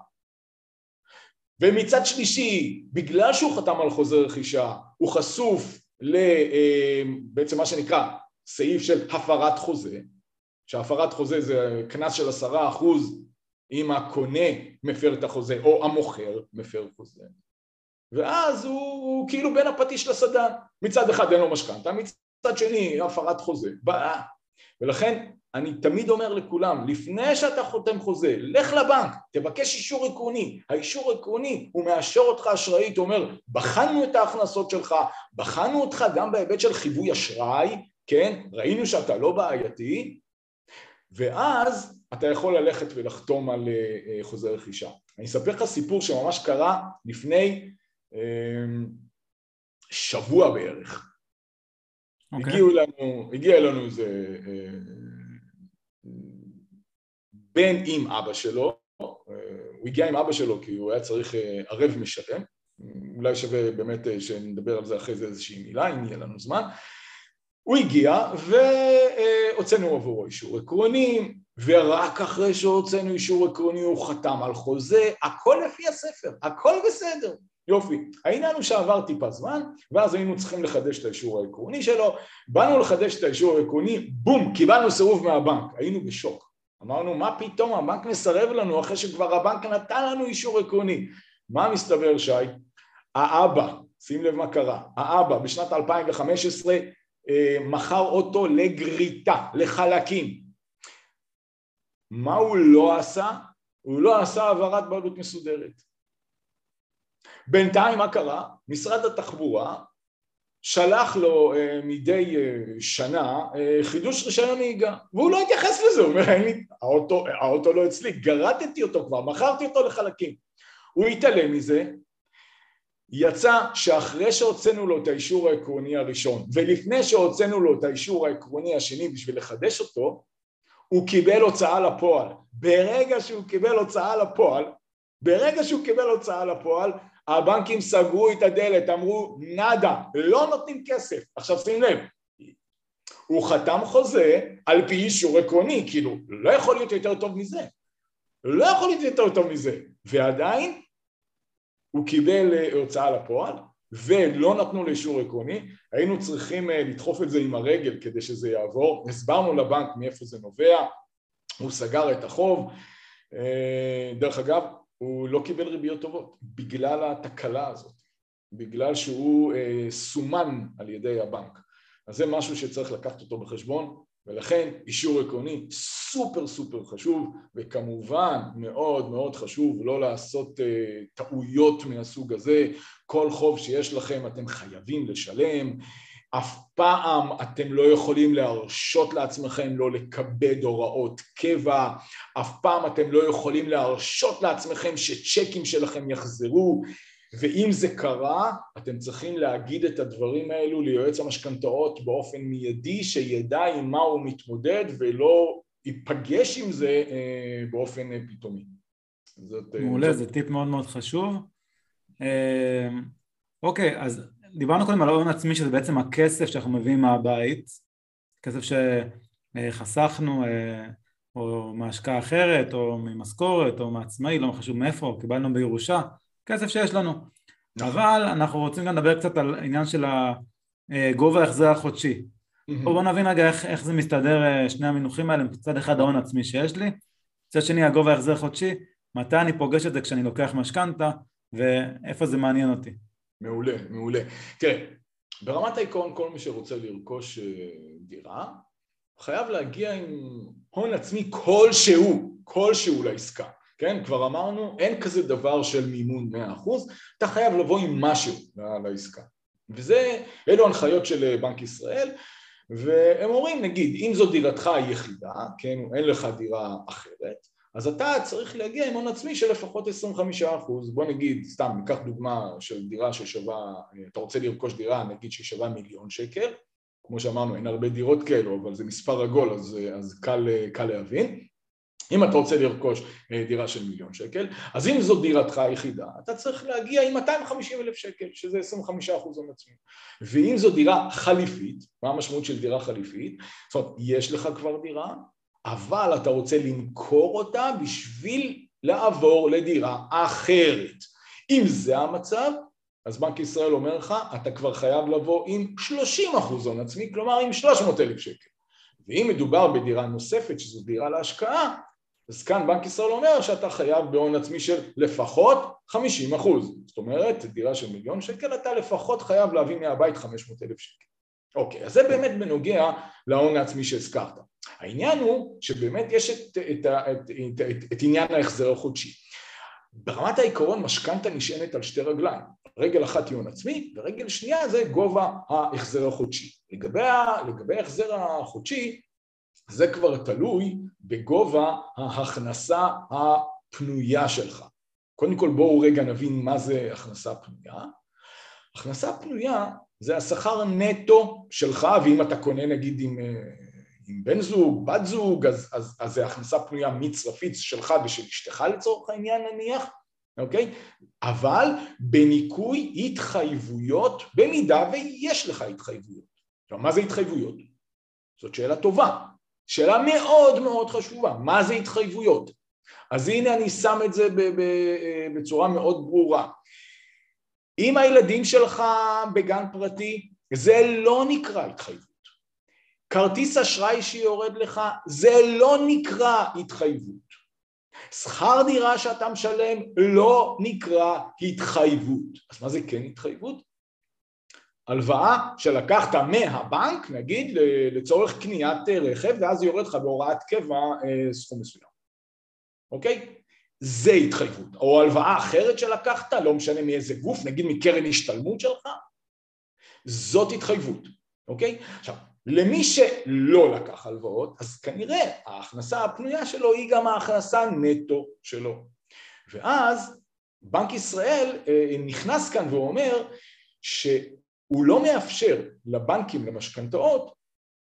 ומצד שלישי, בגלל שהוא חתם על חוזה רכישה, הוא חשוף לבעצם מה שנקרא סעיף של הפרת חוזה, שהפרת חוזה זה כנס של עשרה אחוז אם הקונה מפר את החוזה או המוכר מפר חוזה, ואז הוא, הוא כאילו בין הפטיש לסדן, מצד אחד אין לו משכנתא, מצד שני הפרת חוזה, בעיה. ולכן אני תמיד אומר לכולם, לפני שאתה חותם חוזה, לך לבנק, תבקש אישור עקרוני, האישור עקרוני הוא מאשר אותך אשראית, הוא אומר, בחנו את ההכנסות שלך, בחנו אותך גם בהיבט של חיווי אשראי, כן, ראינו שאתה לא בעייתי, ואז אתה יכול ללכת ולחתום על חוזה רכישה. אני אספר לך סיפור שממש קרה לפני שבוע בערך. Okay. הגיעו לנו, הגיע אלינו איזה בן עם אבא שלו, הוא הגיע עם אבא שלו כי הוא היה צריך ערב משלם, אולי שווה באמת שנדבר על זה אחרי זה איזושהי מילה, אם יהיה לנו זמן. הוא הגיע והוצאנו עבורו אישור עקרוני, ורק אחרי שהוצאנו אישור עקרוני הוא חתם על חוזה, הכל לפי הספר, הכל בסדר. יופי, העניין הוא שעבר טיפה זמן, ואז היינו צריכים לחדש את האישור העקרוני שלו, באנו לחדש את האישור העקרוני, בום, קיבלנו סירוב מהבנק, היינו בשוק. אמרנו, מה פתאום, הבנק מסרב לנו אחרי שכבר הבנק נתן לנו אישור עקרוני. מה מסתבר, שי? האבא, שים לב מה קרה, האבא בשנת אלפיים וחמש עשרה מכר אותו לגריטה, לחלקים. מה הוא לא עשה? הוא לא עשה העברת בעלות מסודרת. בינתיים מה קרה? משרד התחבורה שלח לו uh, מדי uh, שנה uh, חידוש רישיון נהיגה, והוא לא התייחס לזה, הוא אומר, אין לי, האוטו, האוטו לא אצלי, גרטתי אותו כבר, מכרתי אותו לחלקים. הוא התעלם מזה, יצא שאחרי שהוצאנו לו את האישור העקרוני הראשון, ולפני שהוצאנו לו את האישור העקרוני השני בשביל לחדש אותו, הוא קיבל הוצאה לפועל. ברגע שהוא קיבל הוצאה לפועל, ברגע שהוא קיבל הוצאה לפועל, הבנקים סגרו את הדלת, אמרו נדה, לא נותנים כסף. עכשיו שים לב, הוא חתם חוזה על פי אישור עקרוני, כאילו לא יכול להיות יותר טוב מזה, לא יכול להיות יותר טוב מזה, ועדיין הוא קיבל הוצאה לפועל ולא נתנו לאישור עקרוני, היינו צריכים לדחוף את זה עם הרגל כדי שזה יעבור, הסברנו לבנק מאיפה זה נובע, הוא סגר את החוב, דרך אגב, הוא לא קיבל ריביות טובות, בגלל התקלה הזאת, בגלל שהוא אה, סומן על ידי הבנק. אז זה משהו שצריך לקחת אותו בחשבון, ולכן אישור עקרוני סופר סופר חשוב, וכמובן מאוד מאוד חשוב לא לעשות אה, טעויות מהסוג הזה, כל חוב שיש לכם אתם חייבים לשלם, אף פעם אתם לא יכולים להרשות לעצמכם לא לקבל הוראות קבע, אף פעם אתם לא יכולים להרשות לעצמכם שצ'קים שלכם יחזרו, ואם זה קרה, אתם צריכים להגיד את הדברים האלו ליועץ המשכנתאות באופן מיידי, שידע עם מה הוא מתמודד ולא ייפגש עם זה באופן פתאומי. זאת, מעולה, זאת... זה טיפ מאוד מאוד חשוב. אוקיי, אז דיברנו קודם על ההון עצמי, שזה בעצם הכסף שאנחנו מביאים מהבית, כסף שחסכנו או מהשקעה אחרת או ממשכורת או מעצמאי, לא חשוב מאיפה, קיבלנו בירושה, כסף שיש לנו. אבל אנחנו רוצים גם לדבר קצת על עניין של גובה ההחזר החודשי. בואו נבין רגע איך, איך זה מסתדר שני המינוחים האלה, מצד אחד ההון עצמי שיש לי, מצד שני הגובה ההחזר החודשי, מתי אני פוגש את זה כשאני לוקח משכנתא ואיפה זה מעניין אותי. מעולה, מעולה. תראה, ברמת העיקרון כל מי שרוצה לרכוש דירה, חייב להגיע עם הון עצמי כלשהו, כלשהו לעסקה. כן, כבר אמרנו, אין כזה דבר של מימון מאה אחוז, אתה חייב לבוא עם משהו לעסקה. וזה, אלו הנחיות של בנק ישראל, והם אומרים, נגיד, אם זו דירתך היחידה, כן, אין לך דירה אחרת, אז אתה צריך להגיע עם הון עצמי של לפחות עשרים וחמישה אחוז. בוא נגיד, סתם, ניקח דוגמה של דירה ששווה, אתה רוצה לרכוש דירה, נגיד ששווה מיליון שקל, כמו שאמרנו, אין הרבה דירות כאלו, אבל זה מספר עגול, אז, אז קל, קל להבין. אם אתה רוצה לרכוש דירה של מיליון שקל, אז אם זו דירתך היחידה, אתה צריך להגיע עם מאתיים וחמישים אלף שקל, שזה עשרים וחמישה אחוז הון עצמי. ואם זו דירה חליפית, מה המשמעות של דירה חליפית? זאת אומרת, יש לך כבר דירה, אבל אתה רוצה למכור אותה בשביל לעבור לדירה אחרת. אם זה המצב, אז בנק ישראל אומר לך, אתה כבר חייב לבוא עם שלושים אחוז הון עצמי, כלומר עם שלוש מאות אלף שקל. ואם מדובר בדירה נוספת, שזו דירה להשקעה, אז כאן בנק ישראל אומר שאתה חייב בהון עצמי של לפחות חמישים אחוז. זאת אומרת, דירה של מיליון שקל, אתה לפחות חייב להביא מהבית חמש מאות אלף שקל. אוקיי, אז זה באמת בנוגע להון העצמי שהזכרת. העניין הוא שבאמת יש את, את, את, את, את, את עניין ההחזר החודשי. ברמת העיקרון משכנתא נשענת על שתי רגליים. רגל אחת היא הון עצמי, ורגל שנייה זה גובה ההחזר החודשי. לגבי, לגבי ההחזר החודשי, זה כבר תלוי בגובה ההכנסה הפנויה שלך. קודם כל בואו רגע נבין מה זה הכנסה פנויה. הכנסה פנויה זה השכר נטו שלך, ואם אתה קונה נגיד עם, עם בן זוג, בת זוג, אז, אז, אז זה הכנסה פנויה מצרפית שלך ושל אשתך לצורך העניין נניח, אוקיי? אבל בניכוי התחייבויות, במידה ויש לך התחייבויות. עכשיו, מה זה התחייבויות? זאת שאלה טובה. שאלה מאוד מאוד חשובה, מה זה התחייבויות? אז הנה אני שם את זה בצורה מאוד ברורה. אם הילדים שלך בגן פרטי, זה לא נקרא התחייבות. כרטיס אשראי שיורד לך, זה לא נקרא התחייבות. שכר דירה שאתה משלם לא נקרא התחייבות. אז מה זה כן התחייבות? הלוואה שלקחת מהבנק, נגיד, לצורך קניית רכב, ואז יורד לך בהוראת קבע סכום מסוים. אוקיי? זה התחייבות. או הלוואה אחרת שלקחת, לא משנה מאיזה גוף, נגיד מקרן השתלמות שלך, זאת התחייבות. אוקיי? עכשיו, למי שלא לקח הלוואות, אז כנראה ההכנסה הפנויה שלו היא גם ההכנסה נטו שלו. ואז בנק ישראל נכנס כאן ואומר ש... הוא לא מאפשר לבנקים למשכנתאות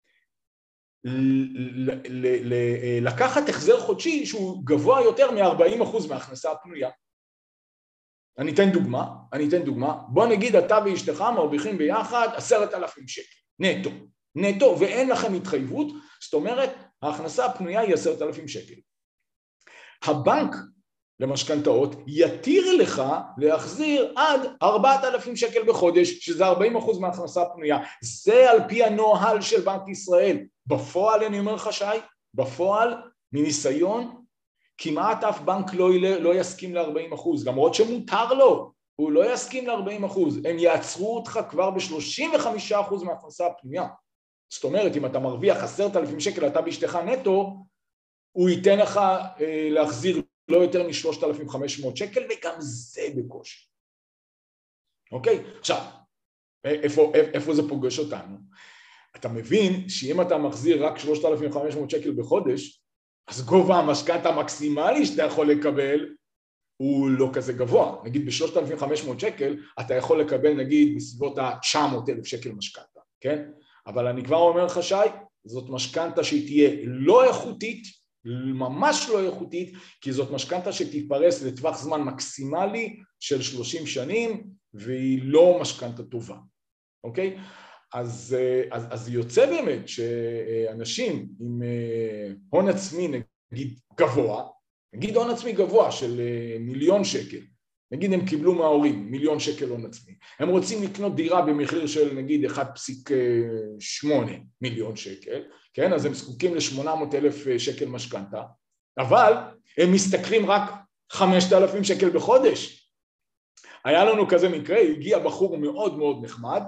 לקחת החזר חודשי שהוא גבוה יותר מ-ארבעים אחוז מההכנסה הפנויה. אני אתן דוגמה, אני אתן דוגמה, בוא נגיד אתה ואשתך מרוויחים ביחד עשרת אלפים שקל, נטו, נטו ואין לכם התחייבות, זאת אומרת ההכנסה הפנויה היא עשרת אלפים שקל. הבנק למשכנתאות יתיר לך להחזיר עד ארבעת אלפים שקל בחודש, שזה ארבעים אחוז מההכנסה הפנויה. זה על פי הנוהל של בנק ישראל. בפועל, אני אומר לך שי, בפועל, מניסיון, כמעט אף בנק לא, לא יסכים ל-ארבעים אחוז, למרות שמותר לו, הוא לא יסכים ל-ארבעים אחוז. הם יעצרו אותך כבר ב-שלושים וחמישה אחוז מההכנסה הפנויה. זאת אומרת, אם אתה מרוויח עשרת אלפים שקל, אתה באשתך נטו, הוא ייתן לך אה, להחזיר לא יותר מ-שלושת אלפים וחמש מאות שקל, וגם זה בקושי. אוקיי? עכשיו, איפה, איפה זה פוגש אותנו? אתה מבין שאם אתה מחזיר רק שלושת אלפים וחמש מאות שקל בחודש, אז גובה המשכנתא המקסימלי שאתה יכול לקבל הוא לא כזה גבוה. נגיד ב-שלושת אלפים וחמש מאות שקל אתה יכול לקבל נגיד בסביבות ה-תשע מאות אלף שקל משכנתא, כן? אבל אני כבר אומר לך שי, זאת משכנתא שהיא תהיה לא איכותית, ממש לא איכותית, כי זאת משכנתא שתתפרס לטווח זמן מקסימלי של שלושים שנים, והיא לא משכנתא טובה, אוקיי? אז, אז, אז יוצא באמת שאנשים עם הון עצמי נגיד גבוה, נגיד הון עצמי גבוה של מיליון שקל, נגיד הם קיבלו מההורים מיליון שקל הון עצמי, הם רוצים לקנות דירה במחיר של נגיד אחד נקודה שמונה מיליון שקל, כן, אז הם זקוקים ל-שמונה מאות אלף שקל משכנתא, אבל הם משתכרים רק חמשת אלפים שקל בחודש. היה לנו כזה מקרה, הגיע בחור מאוד מאוד נחמד,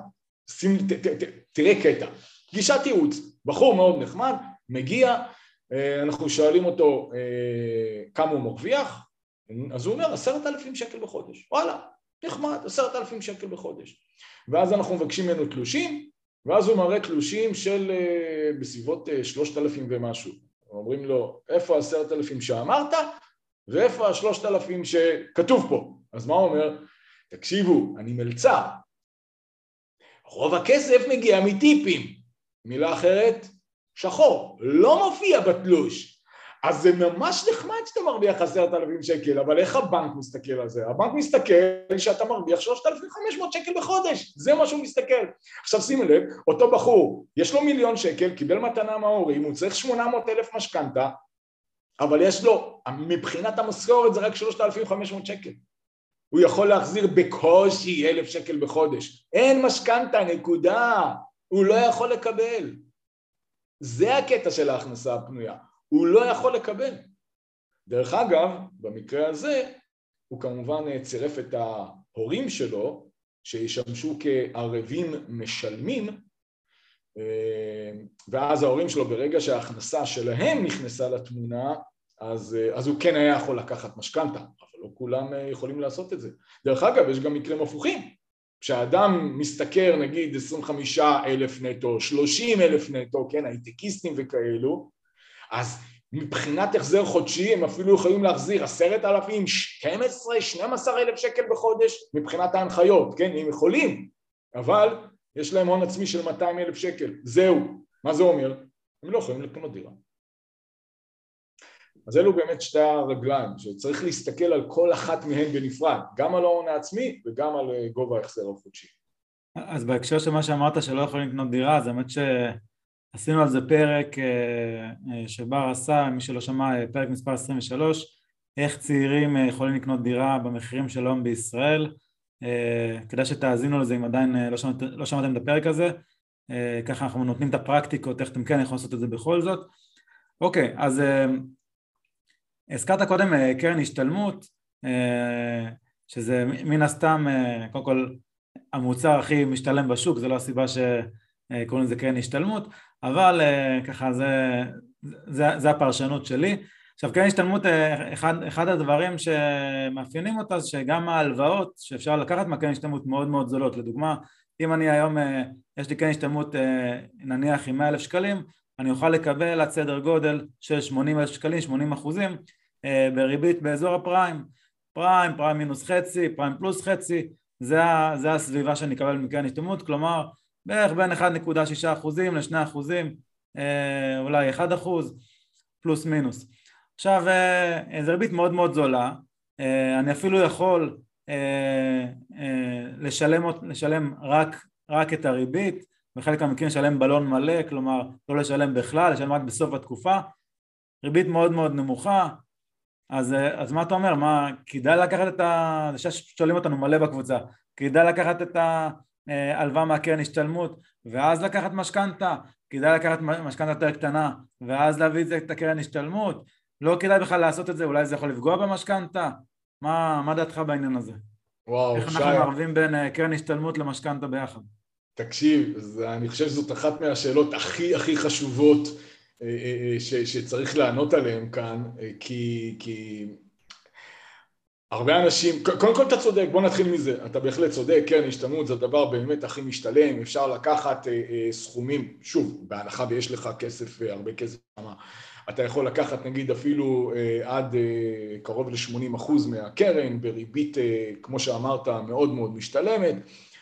שים, ת, ת, ת, תראה קטע, פגישת ייעוץ, בחור מאוד נחמד, מגיע, אנחנו שואלים אותו כמה הוא מרוויח, אז הוא אומר עשרת אלפים שקל בחודש, וואלה, נחמד, עשרת אלפים שקל בחודש, ואז אנחנו מבקשים ממנו תלושים, ואז הוא מראה תלושים של בסביבות שלושת אלפים ומשהו, אומרים לו איפה עשרת אלפים שאמרת, ואיפה השלושת אלפים שכתוב פה, אז מה הוא אומר? תקשיבו, אני מלצר, רוב הכסף מגיע מטיפים, מילה אחרת, שחור, לא מופיע בתלוש, אז זה ממש נחמד שאתה מרוויח עשרת אלפים שקל, אבל איך הבנק מסתכל על זה? הבנק מסתכל שאתה מרוויח שלושת אלפים וחמש מאות שקל בחודש, זה מה שהוא מסתכל. עכשיו שימו לב, אותו בחור, יש לו מיליון שקל, קיבל מתנה מההורים, הוא צריך שמונה מאות אלף משכנתה, אבל יש לו, מבחינת המשכורת זה רק שלושת אלפים וחמש מאות שקל. הוא יכול להחזיר בקושי אלף שקל בחודש. אין משכנתה, נקודה. הוא לא יכול לקבל. זה הקטע של ההכנסה הפנויה. הוא לא יכול לקבל. דרך אגב, במקרה הזה, הוא כמובן צירף את ההורים שלו, שישמשו כערבים משלמים, ואז ההורים שלו ברגע שההכנסה שלהם נכנסה לתמונה, אז, אז הוא כן היה יכול לקחת משכנתה, אבל לא כולם יכולים לעשות את זה. דרך אגב, יש גם מקרים הפוכים, כשאדם מסתכר נגיד עשרים וחמישה אלף נטו, שלושים אלף נטו, כן, הייטקיסטים וכאלו, אז מבחינת החזר חודשי הם אפילו יכולים להחזיר עשרת אלפים, שתים עשרה, שנים עשר אלף שקל בחודש מבחינת ההנחיות, כן, הם יכולים, אבל יש להם הון עצמי של מאתיים אלף שקל, זהו, מה זה אומר? הם לא יכולים לקנות דירה. אז אלו באמת שתי הרגליים, שצריך להסתכל על כל אחת מהן בנפרד, גם על ההון העצמי וגם על גובה ההחזר החודשי. אז בהקשר של מה שאמרת שלא יכולים לקנות דירה, אז האמת שעשינו על זה פרק שבר עשה, מי שלא שמע, פרק מספר עשרים ושלוש, איך צעירים יכולים לקנות דירה במחירים של היום בישראל, כדאי שתאזינו לזה אם עדיין לא, שמעת, לא שמעתם את הפרק הזה, ככה אנחנו נותנים את הפרקטיקות, איך אתם כן יכולים לעשות את זה בכל זאת. אוקיי, אז הזכרת קודם קרן השתלמות, שזה מן הסתם, קודם כל המוצר הכי משתלם בשוק, זה לא הסיבה שקוראים לזה קרן השתלמות, אבל ככה זה, זה, זה הפרשנות שלי. עכשיו קרן השתלמות, אחד, אחד הדברים שמאפיינים אותה זה שגם ההלוואות שאפשר לקחת מהקרן השתלמות מאוד מאוד זולות. לדוגמה, אם אני היום, יש לי קרן השתלמות נניח עם מאה אלף שקלים, אני אוכל לקבל עד סדר גודל של שמונים אלף שקלים, שמונים אחוזים, בריבית באזור הפריים, פריים, פריים מינוס חצי, פריים פלוס חצי, זה, זה הסביבה שאני אקבל מקרן השתלמות, כלומר בערך בין אחד נקודה שישה אחוזים ל-שני אחוזים, אולי אחד אחוז, פלוס מינוס. עכשיו, זו ריבית מאוד מאוד זולה, אני אפילו יכול לשלם, לשלם רק, רק את הריבית, בחלק המקרים לשלם בלון מלא, כלומר לא לשלם בכלל, לשלם רק בסוף התקופה, ריבית מאוד מאוד נמוכה, אז, אז מה אתה אומר? מה, כדאי לקחת את ה... זה ששואלים אותנו מלא בקבוצה, כדאי לקחת את ההלוואה מהקרן השתלמות, ואז לקחת משכנתה, כדאי לקחת משכנתה יותר קטנה, ואז להביא את זה את הקרן השתלמות, לא כדאי בכלל לעשות את זה, אולי זה יכול לפגוע במשכנתה, מה, מה דעתך בעניין הזה? וואו, איך שי... אנחנו מערבים בין קרן השתלמות למשכנתה ביחד? תקשיב, אני חושב שזאת אחת מהשאלות הכי הכי חשובות ש, שצריך לענות עליהן כאן, כי, כי הרבה אנשים, קודם כל אתה צודק, בוא נתחיל מזה, אתה בהחלט צודק, קרן השתלמות זה הדבר באמת הכי משתלם, אפשר לקחת סכומים, שוב, בהנחה ויש לך כסף, הרבה כסף, אתה יכול לקחת נגיד אפילו עד קרוב ל-שמונים אחוז מהקרן, בריבית, כמו שאמרת, מאוד מאוד משתלמת,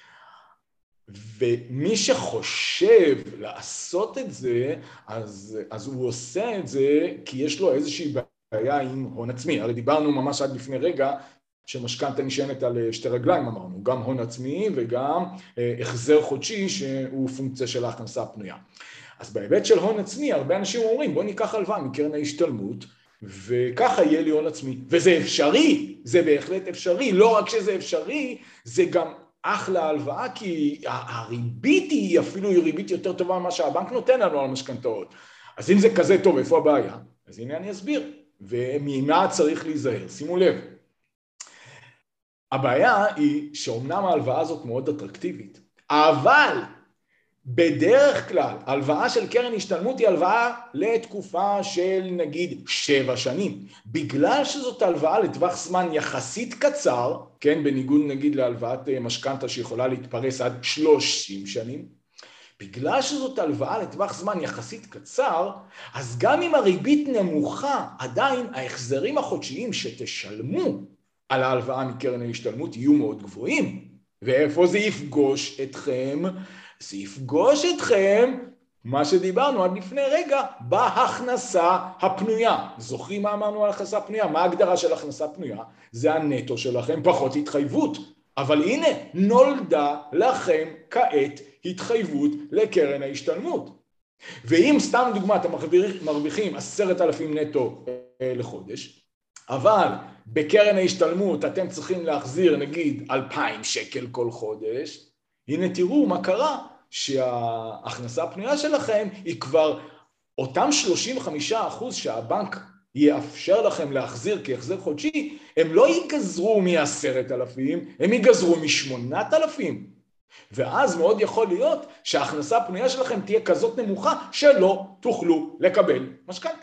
ומי שחושב לעשות את זה, אז, אז הוא עושה את זה כי יש לו איזושהי בעיה עם הון עצמי. הרי דיברנו ממש עד לפני רגע שמשכנתה נשענת על שתי רגליים, אמרנו, גם הון עצמי וגם החזר חודשי שהוא פונקציה של ההכנסה הפנויה. אז בהיבט של הון עצמי, הרבה אנשים אומרים, בוא ניקח הלוואה מקרן ההשתלמות, וככה יהיה לי הון עצמי. וזה אפשרי, זה בהחלט אפשרי, לא רק שזה אפשרי, זה גם אחלה הלוואה, כי הריבית היא אפילו ריבית יותר טובה ממה שהבנק נותן לנו על משכנתאות. אז אם זה כזה טוב, איפה הבעיה? אז הנה אני אסביר, וממה צריך להיזהר, שימו לב. הבעיה היא שאומנם ההלוואה הזאת מאוד אטרקטיבית, אבל בדרך כלל, הלוואה של קרן השתלמות היא הלוואה לתקופה של נגיד שבע שנים. בגלל שזאת הלוואה לטווח זמן יחסית קצר, כן, בניגוד נגיד להלוואת משכנתא שיכולה להתפרס עד שלושים שנים, בגלל שזאת הלוואה לטווח זמן יחסית קצר, אז גם אם הריבית נמוכה, עדיין ההחזרים החודשיים שתשלמו על ההלוואה מקרן ההשתלמות יהיו מאוד גבוהים. ואיפה זה יפגוש אתכם? זה יפגוש אתכם, מה שדיברנו עד לפני רגע, בהכנסה הפנויה. זוכרים מה אמרנו על הכנסה פנויה? מה ההגדרה של הכנסה פנויה? זה הנטו שלכם, פחות התחייבות. אבל הנה, נולדה לכם כעת התחייבות לקרן ההשתלמות. ואם סתם דוגמה, אתם מרוויחים עשרת אלפים נטו לחודש, אבל בקרן ההשתלמות אתם צריכים להחזיר נגיד אלפיים שקל כל חודש, הנה תראו מה קרה, שההכנסה הפנויה שלכם היא כבר אותם שלושים וחמישה אחוז שהבנק יאפשר לכם להחזיר כהחזר חודשי, הם לא ייגזרו מ-עשרת אלפים, הם ייגזרו מ-שמונת אלפים. ואז מאוד יכול להיות שההכנסה הפנויה שלכם תהיה כזאת נמוכה שלא תוכלו לקבל משכנתא.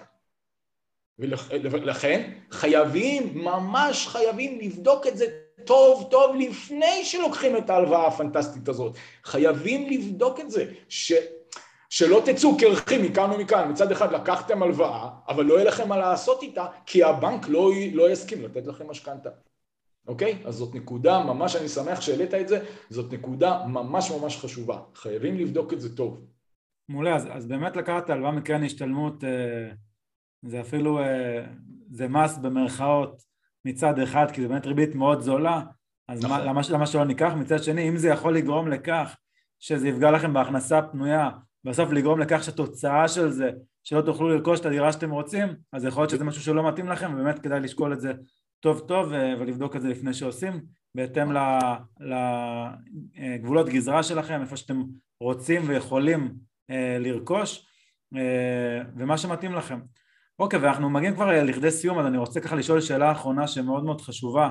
ולכן חייבים, ממש חייבים לבדוק את זה טוב טוב לפני שלוקחים את ההלוואה הפנטסטית הזאת. חייבים לבדוק את זה, ש... שלא תצאו קרחים מכאן ומכאן. מצד אחד לקחתם הלוואה, אבל לא יהיה לכם מה לעשות איתה, כי הבנק לא, לא יסכים לתת לכם משכנתא. אוקיי? אז זאת נקודה, ממש אני שמח שהעלית את זה, זאת נקודה ממש ממש חשובה. חייבים לבדוק את זה טוב. מעולה, אז, אז באמת לקחת הלוואה מקרן השתלמות, זה אפילו, זה מס במרכאות מצד אחד, כי זה באמת ריבית מאוד זולה, אז נכון. מה, למה, למה שלא ניקח? מצד שני, אם זה יכול לגרום לכך שזה יפגע לכם בהכנסה פנויה, בסוף לגרום לכך שהתוצאה של זה, שלא תוכלו לרכוש את הדירה שאתם רוצים, אז יכול להיות שזה משהו שלא מתאים לכם, ובאמת כדאי לשקול את זה טוב טוב ולבדוק את זה לפני שעושים, בהתאם לגבולות גזרה שלכם, איפה שאתם רוצים ויכולים לרכוש, ומה שמתאים לכם. אוקיי, ואנחנו מגיעים כבר לכדי סיום, אז אני רוצה ככה לשאול שאלה האחרונה שמאוד מאוד חשובה,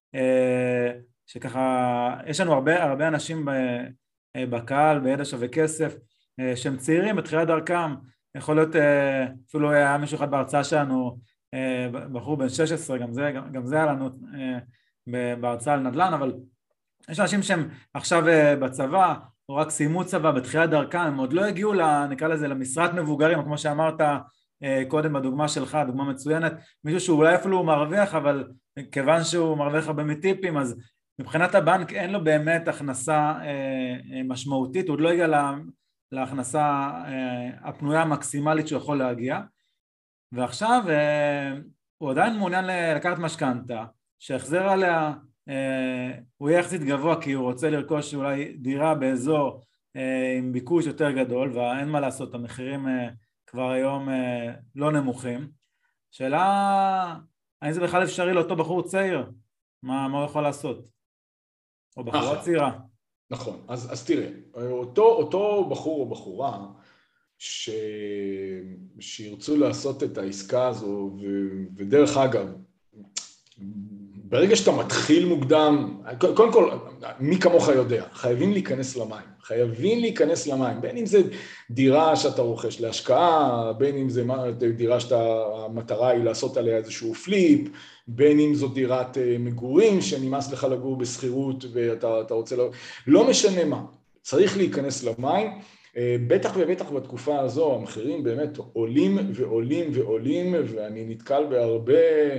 שככה, יש לנו הרבה, הרבה אנשים בקהל, בידע שווה כסף, שהם צעירים בתחילת דרכם, יכול להיות, אפילו היה מישהו אחד בהרצאה שלנו, בחור בן שש עשרה, גם זה, גם זה היה לנו בהרצאה על נדל"ן, אבל יש אנשים שהם עכשיו בצבא, או רק סיימו צבא בתחילת דרכם, הם עוד לא הגיעו, נקרא לזה, למשרת מבוגרים, כמו שאמרת קודם בדוגמה שלך, דוגמה מצוינת, מישהו שאולי אפילו הוא מרוויח, אבל כיוון שהוא מרוויח הרבה מטיפים, אז מבחינת הבנק אין לו באמת הכנסה משמעותית, הוא עוד לא הגיע להכנסה הפנויה המקסימלית שהוא יכול להגיע, ועכשיו הוא עדיין מעוניין לקחת משכנתא, שהחזר עליה הוא יהיה יחסית גבוה, כי הוא רוצה לרכוש אולי דירה באזור עם ביקוש יותר גדול, ואין מה לעשות, המחירים כבר היום לא נמוכים. שאלה, האם זה בכלל אפשרי לאותו בחור צעיר? מה, מה הוא יכול לעשות? או בחורה צעירה? נכון, אז, אז תראה, אותו, אותו בחור או בחורה ש... שירצו לעשות את העסקה הזו, ו... ודרך אגב, ברגע שאתה מתחיל מוקדם, קודם כל, מי כמוך יודע, חייבים להיכנס למים, חייבים להיכנס למים, בין אם זה דירה שאתה רוכש להשקעה, בין אם זה דירה שהמטרה היא לעשות עליה איזשהו פליפ, בין אם זו דירת מגורים שנמאס לך לגור בסחירות ואתה רוצה, לא, לא משנה מה, צריך להיכנס למים, בטח ובטח בתקופה הזו המחירים באמת עולים ועולים ועולים, ואני נתקל בהרבה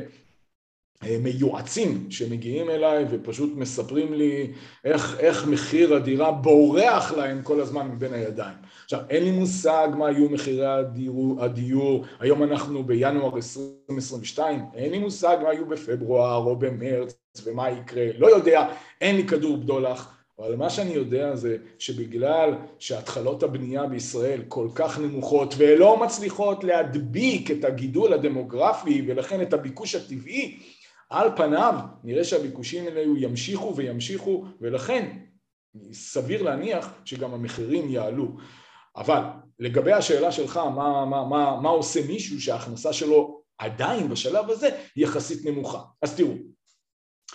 מיועצים שמגיעים אליי ופשוט מספרים לי איך, איך מחיר הדירה בורח להם כל הזמן מבין הידיים. עכשיו, אין לי מושג מה היו מחירי הדיור, הדיור, היום אנחנו בינואר עשרים עשרים ושתיים, אין לי מושג מה היו בפברואר או במרץ ומה יקרה, לא יודע, אין לי כדור בדולח, אבל מה שאני יודע זה שבגלל שהתחלות הבנייה בישראל כל כך נמוכות ולא מצליחות להדביק את הגידול הדמוגרפי ולכן את הביקוש הטבעי, על פניו נראה שהביקושים האלו ימשיכו וימשיכו, ולכן סביר להניח שגם המחירים יעלו. אבל לגבי השאלה שלך, מה, מה, מה, מה עושה מישהו שההכנסה שלו עדיין בשלב הזה יחסית נמוכה? אז תראו,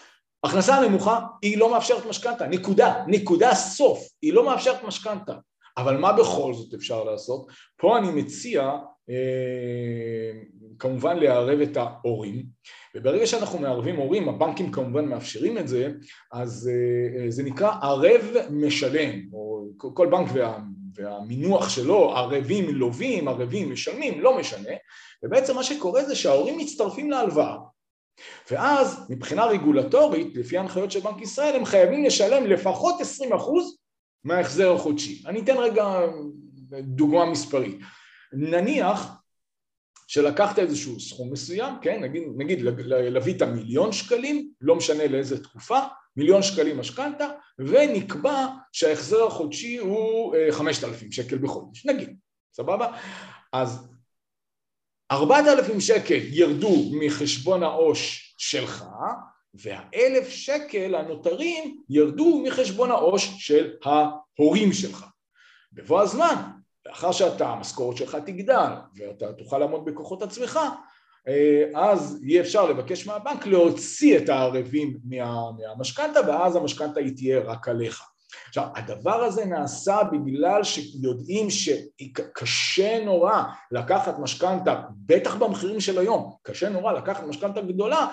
הכנסה נמוכה היא לא מאפשרת משכנתא, נקודה, נקודה סוף, היא לא מאפשרת משכנתא. אבל מה בכל זאת אפשר לעשות? פה אני מציע כמובן לערב את ההורים, וברגע שאנחנו מערבים הורים, הבנקים כמובן מאפשרים את זה, אז זה נקרא ערב משלם, או כל בנק וה, והמינוח שלו, ערבים לובים, ערבים משלמים, לא משנה, ובעצם מה שקורה זה שההורים מצטרפים להלוואה, ואז מבחינה רגולטורית, לפי ההנחיות של בנק ישראל, הם חייבים לשלם לפחות עשרים אחוז מההחזר החודשי. אני אתן רגע דוגמה מספרית. נניח שלקחת איזשהו סכום מסוים, כן, נגיד, נגיד לווית מיליון שקלים, לא משנה לאיזה תקופה, מיליון שקלים משכנתא, ונקבע שההחזר החודשי הוא חמשת אלפים שקל בחודש, נגיד, סבבה? אז ארבעת אלפים שקל ירדו מחשבון העו"ש שלך, והאלף שקל הנותרים ירדו מחשבון העו"ש של ההורים שלך. בבוא הזמן, לאחר שאתה, המשכורת שלך תגדל, ואתה תוכל לעמוד בכוחות עצמך, אז יהיה אפשר לבקש מהבנק להוציא את הערבים מה, מהמשכנתא, ואז המשכנתא היא תהיה רק עליך. עכשיו, הדבר הזה נעשה בגלל שיודעים שקשה נורא לקחת משכנתא, בטח במחירים של היום, קשה נורא לקחת משכנתא גדולה,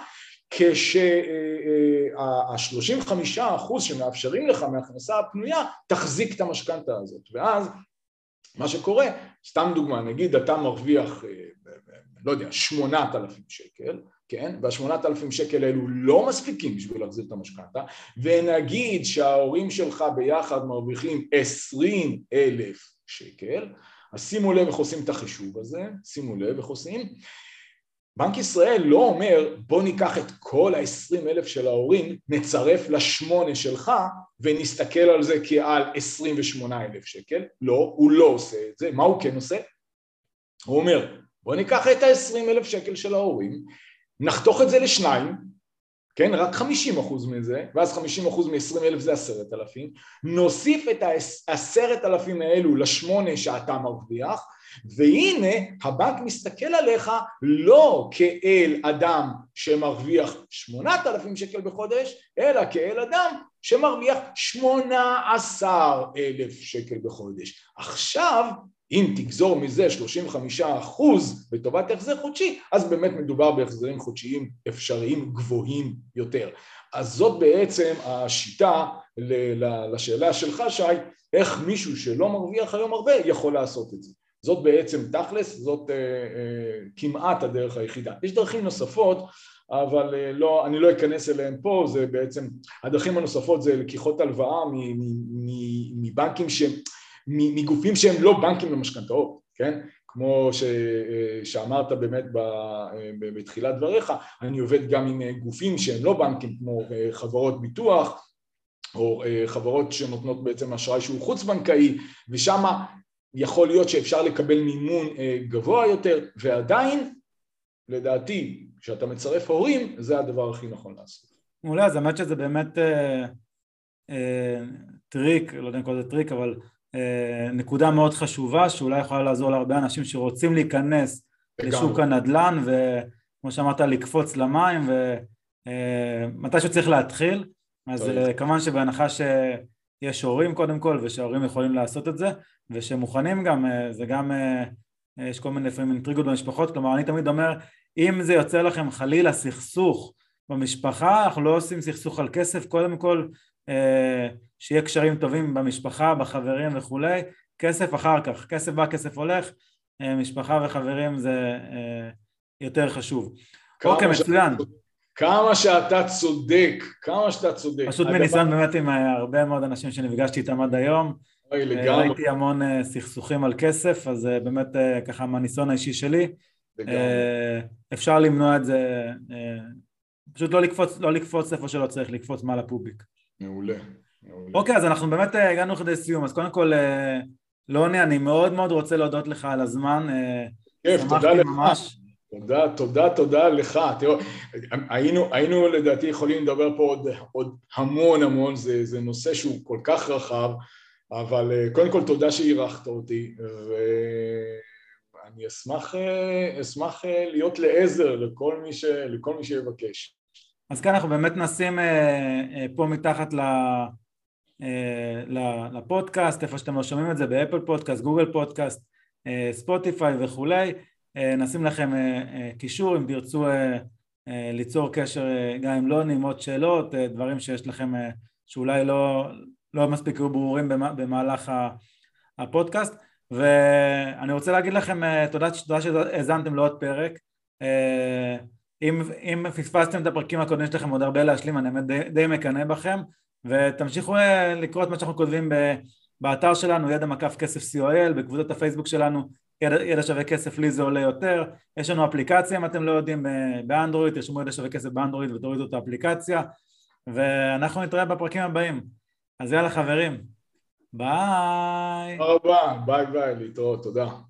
כשה-שלושים וחמישה אחוז שמאפשרים לך מההכנסה הפנויה, תחזיק את המשכנתא הזאת. ואז מה שקורה, סתם דוגמה, נגיד אתה מרוויח, לא יודע, שמונת אלפים שקל, כן? והשמונת אלפים שקל האלו לא מספיקים בשביל להחזיר את המשכנתא, ונגיד שההורים שלך ביחד מרוויחים עשרים אלף שקל, אז שימו לב איך עושים את החישוב הזה, שימו לב איך עושים, בנק ישראל לא אומר בוא ניקח את כל ה-עשרים אלף של ההורים, נצרף לשמונה שלך ונסתכל על זה כעל עשרים ושמונה אלף שקל, לא, הוא לא עושה את זה, מה הוא כן עושה? הוא אומר בוא ניקח את ה-עשרים אלף שקל של ההורים, נחתוך את זה לשניים, כן, רק חמישים אחוז מזה, ואז חמישים אחוז מ-עשרים אלף זה עשרת אלפים, נוסיף את ה-עשרת אלפים האלו לשמונה שאתה מרוויח, והנה הבנק מסתכל עליך לא כאל אדם שמרוויח שמונת אלפים שקל בחודש, אלא כאל אדם שמרוויח שמונה עשר אלף שקל בחודש. עכשיו, אם תגזור מזה שלושים וחמישה אחוז בטובת החזר חודשי, אז באמת מדובר בהחזרים חודשיים אפשריים גבוהים יותר. אז זאת בעצם השיטה לשאלה שלך, שי, איך מישהו שלא מרוויח היום הרבה יכול לעשות את זה. זאת בעצם תכלס, זאת אה, אה, כמעט הדרך היחידה. יש דרכים נוספות, אבל אה, לא, אני לא אכנס אליהן פה, זה בעצם, הדרכים הנוספות זה לקיחות הלוואה מבנקים שהם, מגופים שהם לא בנקים למשכנתאות, כן? כמו ש, שאמרת באמת בתחילת דבריך, אני עובד גם עם גופים שהם לא בנקים, כמו חברות ביטוח, או חברות שנותנות בעצם אשראי שהוא חוץ בנקאי, ושם יכול להיות שאפשר לקבל מימון גבוה יותר, ועדיין, לדעתי, כשאתה מצרף הורים, זה הדבר הכי נכון לעשות. מעולה, אז האמת שזה באמת אה, אה, טריק, לא יודע אם כל זה טריק, אבל אה, נקודה מאוד חשובה, שאולי יכולה לעזור להרבה אנשים שרוצים להיכנס לשוק הנדל"ן, וכמו שאמרת, לקפוץ למים, ומתי אה, שצריך להתחיל, אז אה, כמובן שבהנחה ש... יש הורים קודם כל, ושההורים יכולים לעשות את זה, ושמוכנים גם, זה גם, יש כל מיני לפעמים אינטריגות במשפחות, כלומר אני תמיד אומר, אם זה יוצא לכם חלילה סכסוך במשפחה, אנחנו לא עושים סכסוך על כסף, קודם כל שיהיה קשרים טובים במשפחה, בחברים וכולי, כסף אחר כך, כסף בא, כסף הולך, משפחה וחברים זה יותר חשוב. אוקיי, מצוין. כמה שאתה צודק, כמה שאתה צודק. פשוט מניסיון באמת עם הרבה מאוד אנשים שנפגשתי איתם עד היום. ראיתי המון סכסוכים על כסף, אז באמת ככה מהניסיון האישי שלי. אפשר למנוע את זה, פשוט לא לקפוץ, לא לקפוץ איפה שלא צריך, לקפוץ מעל הפוביק. מעולה. אוקיי, אז אנחנו באמת הגענו לכדי סיום, אז קודם כל, לוני, אני מאוד מאוד רוצה להודות לך על הזמן. כיף, תודה לך. תודה, תודה, תודה לך. תראו, היינו, היינו לדעתי יכולים לדבר פה עוד, עוד המון המון, זה, זה נושא שהוא כל כך רחב, אבל קודם כל תודה שהירחת אותי, ואני אשמח, אשמח להיות לעזר לכל מי ש, לכל מי שיבקש. אז כאן אנחנו באמת נשים פה מתחת לפודקאסט, איפה שאתם לא שומעים את זה, באפל פודקאסט, גוגל פודקאסט, ספוטיפיי וכולי. נשים לכם קישור אם תרצו ליצור קשר גם עם לוני, עם עוד שאלות, דברים שיש לכם שאולי לא, לא מספיק ברורים במהלך הפודקאסט. ואני רוצה להגיד לכם תודה, תודה שהזנתם לעוד פרק. אם, אם פספסתם את הפרקים הקודמים שלכם עוד הרבה להשלים, אני באמת די, די מקנא בכם, ותמשיכו לקרוא את מה שאנחנו כותבים באתר שלנו, ידע מקף כסף סי או אל, בקבוצות הפייסבוק שלנו, ידע, ידע שווה כסף לי זה עולה יותר, יש לנו אפליקציה אם אתם לא יודעים באנדרואיד, תרשמו ידע שווה כסף באנדרואיד ותורידו את האפליקציה, ואנחנו נתראה בפרקים הבאים. אז יאללה חברים, ביי. תודה רבה, ביי ביי, להתראות, תודה.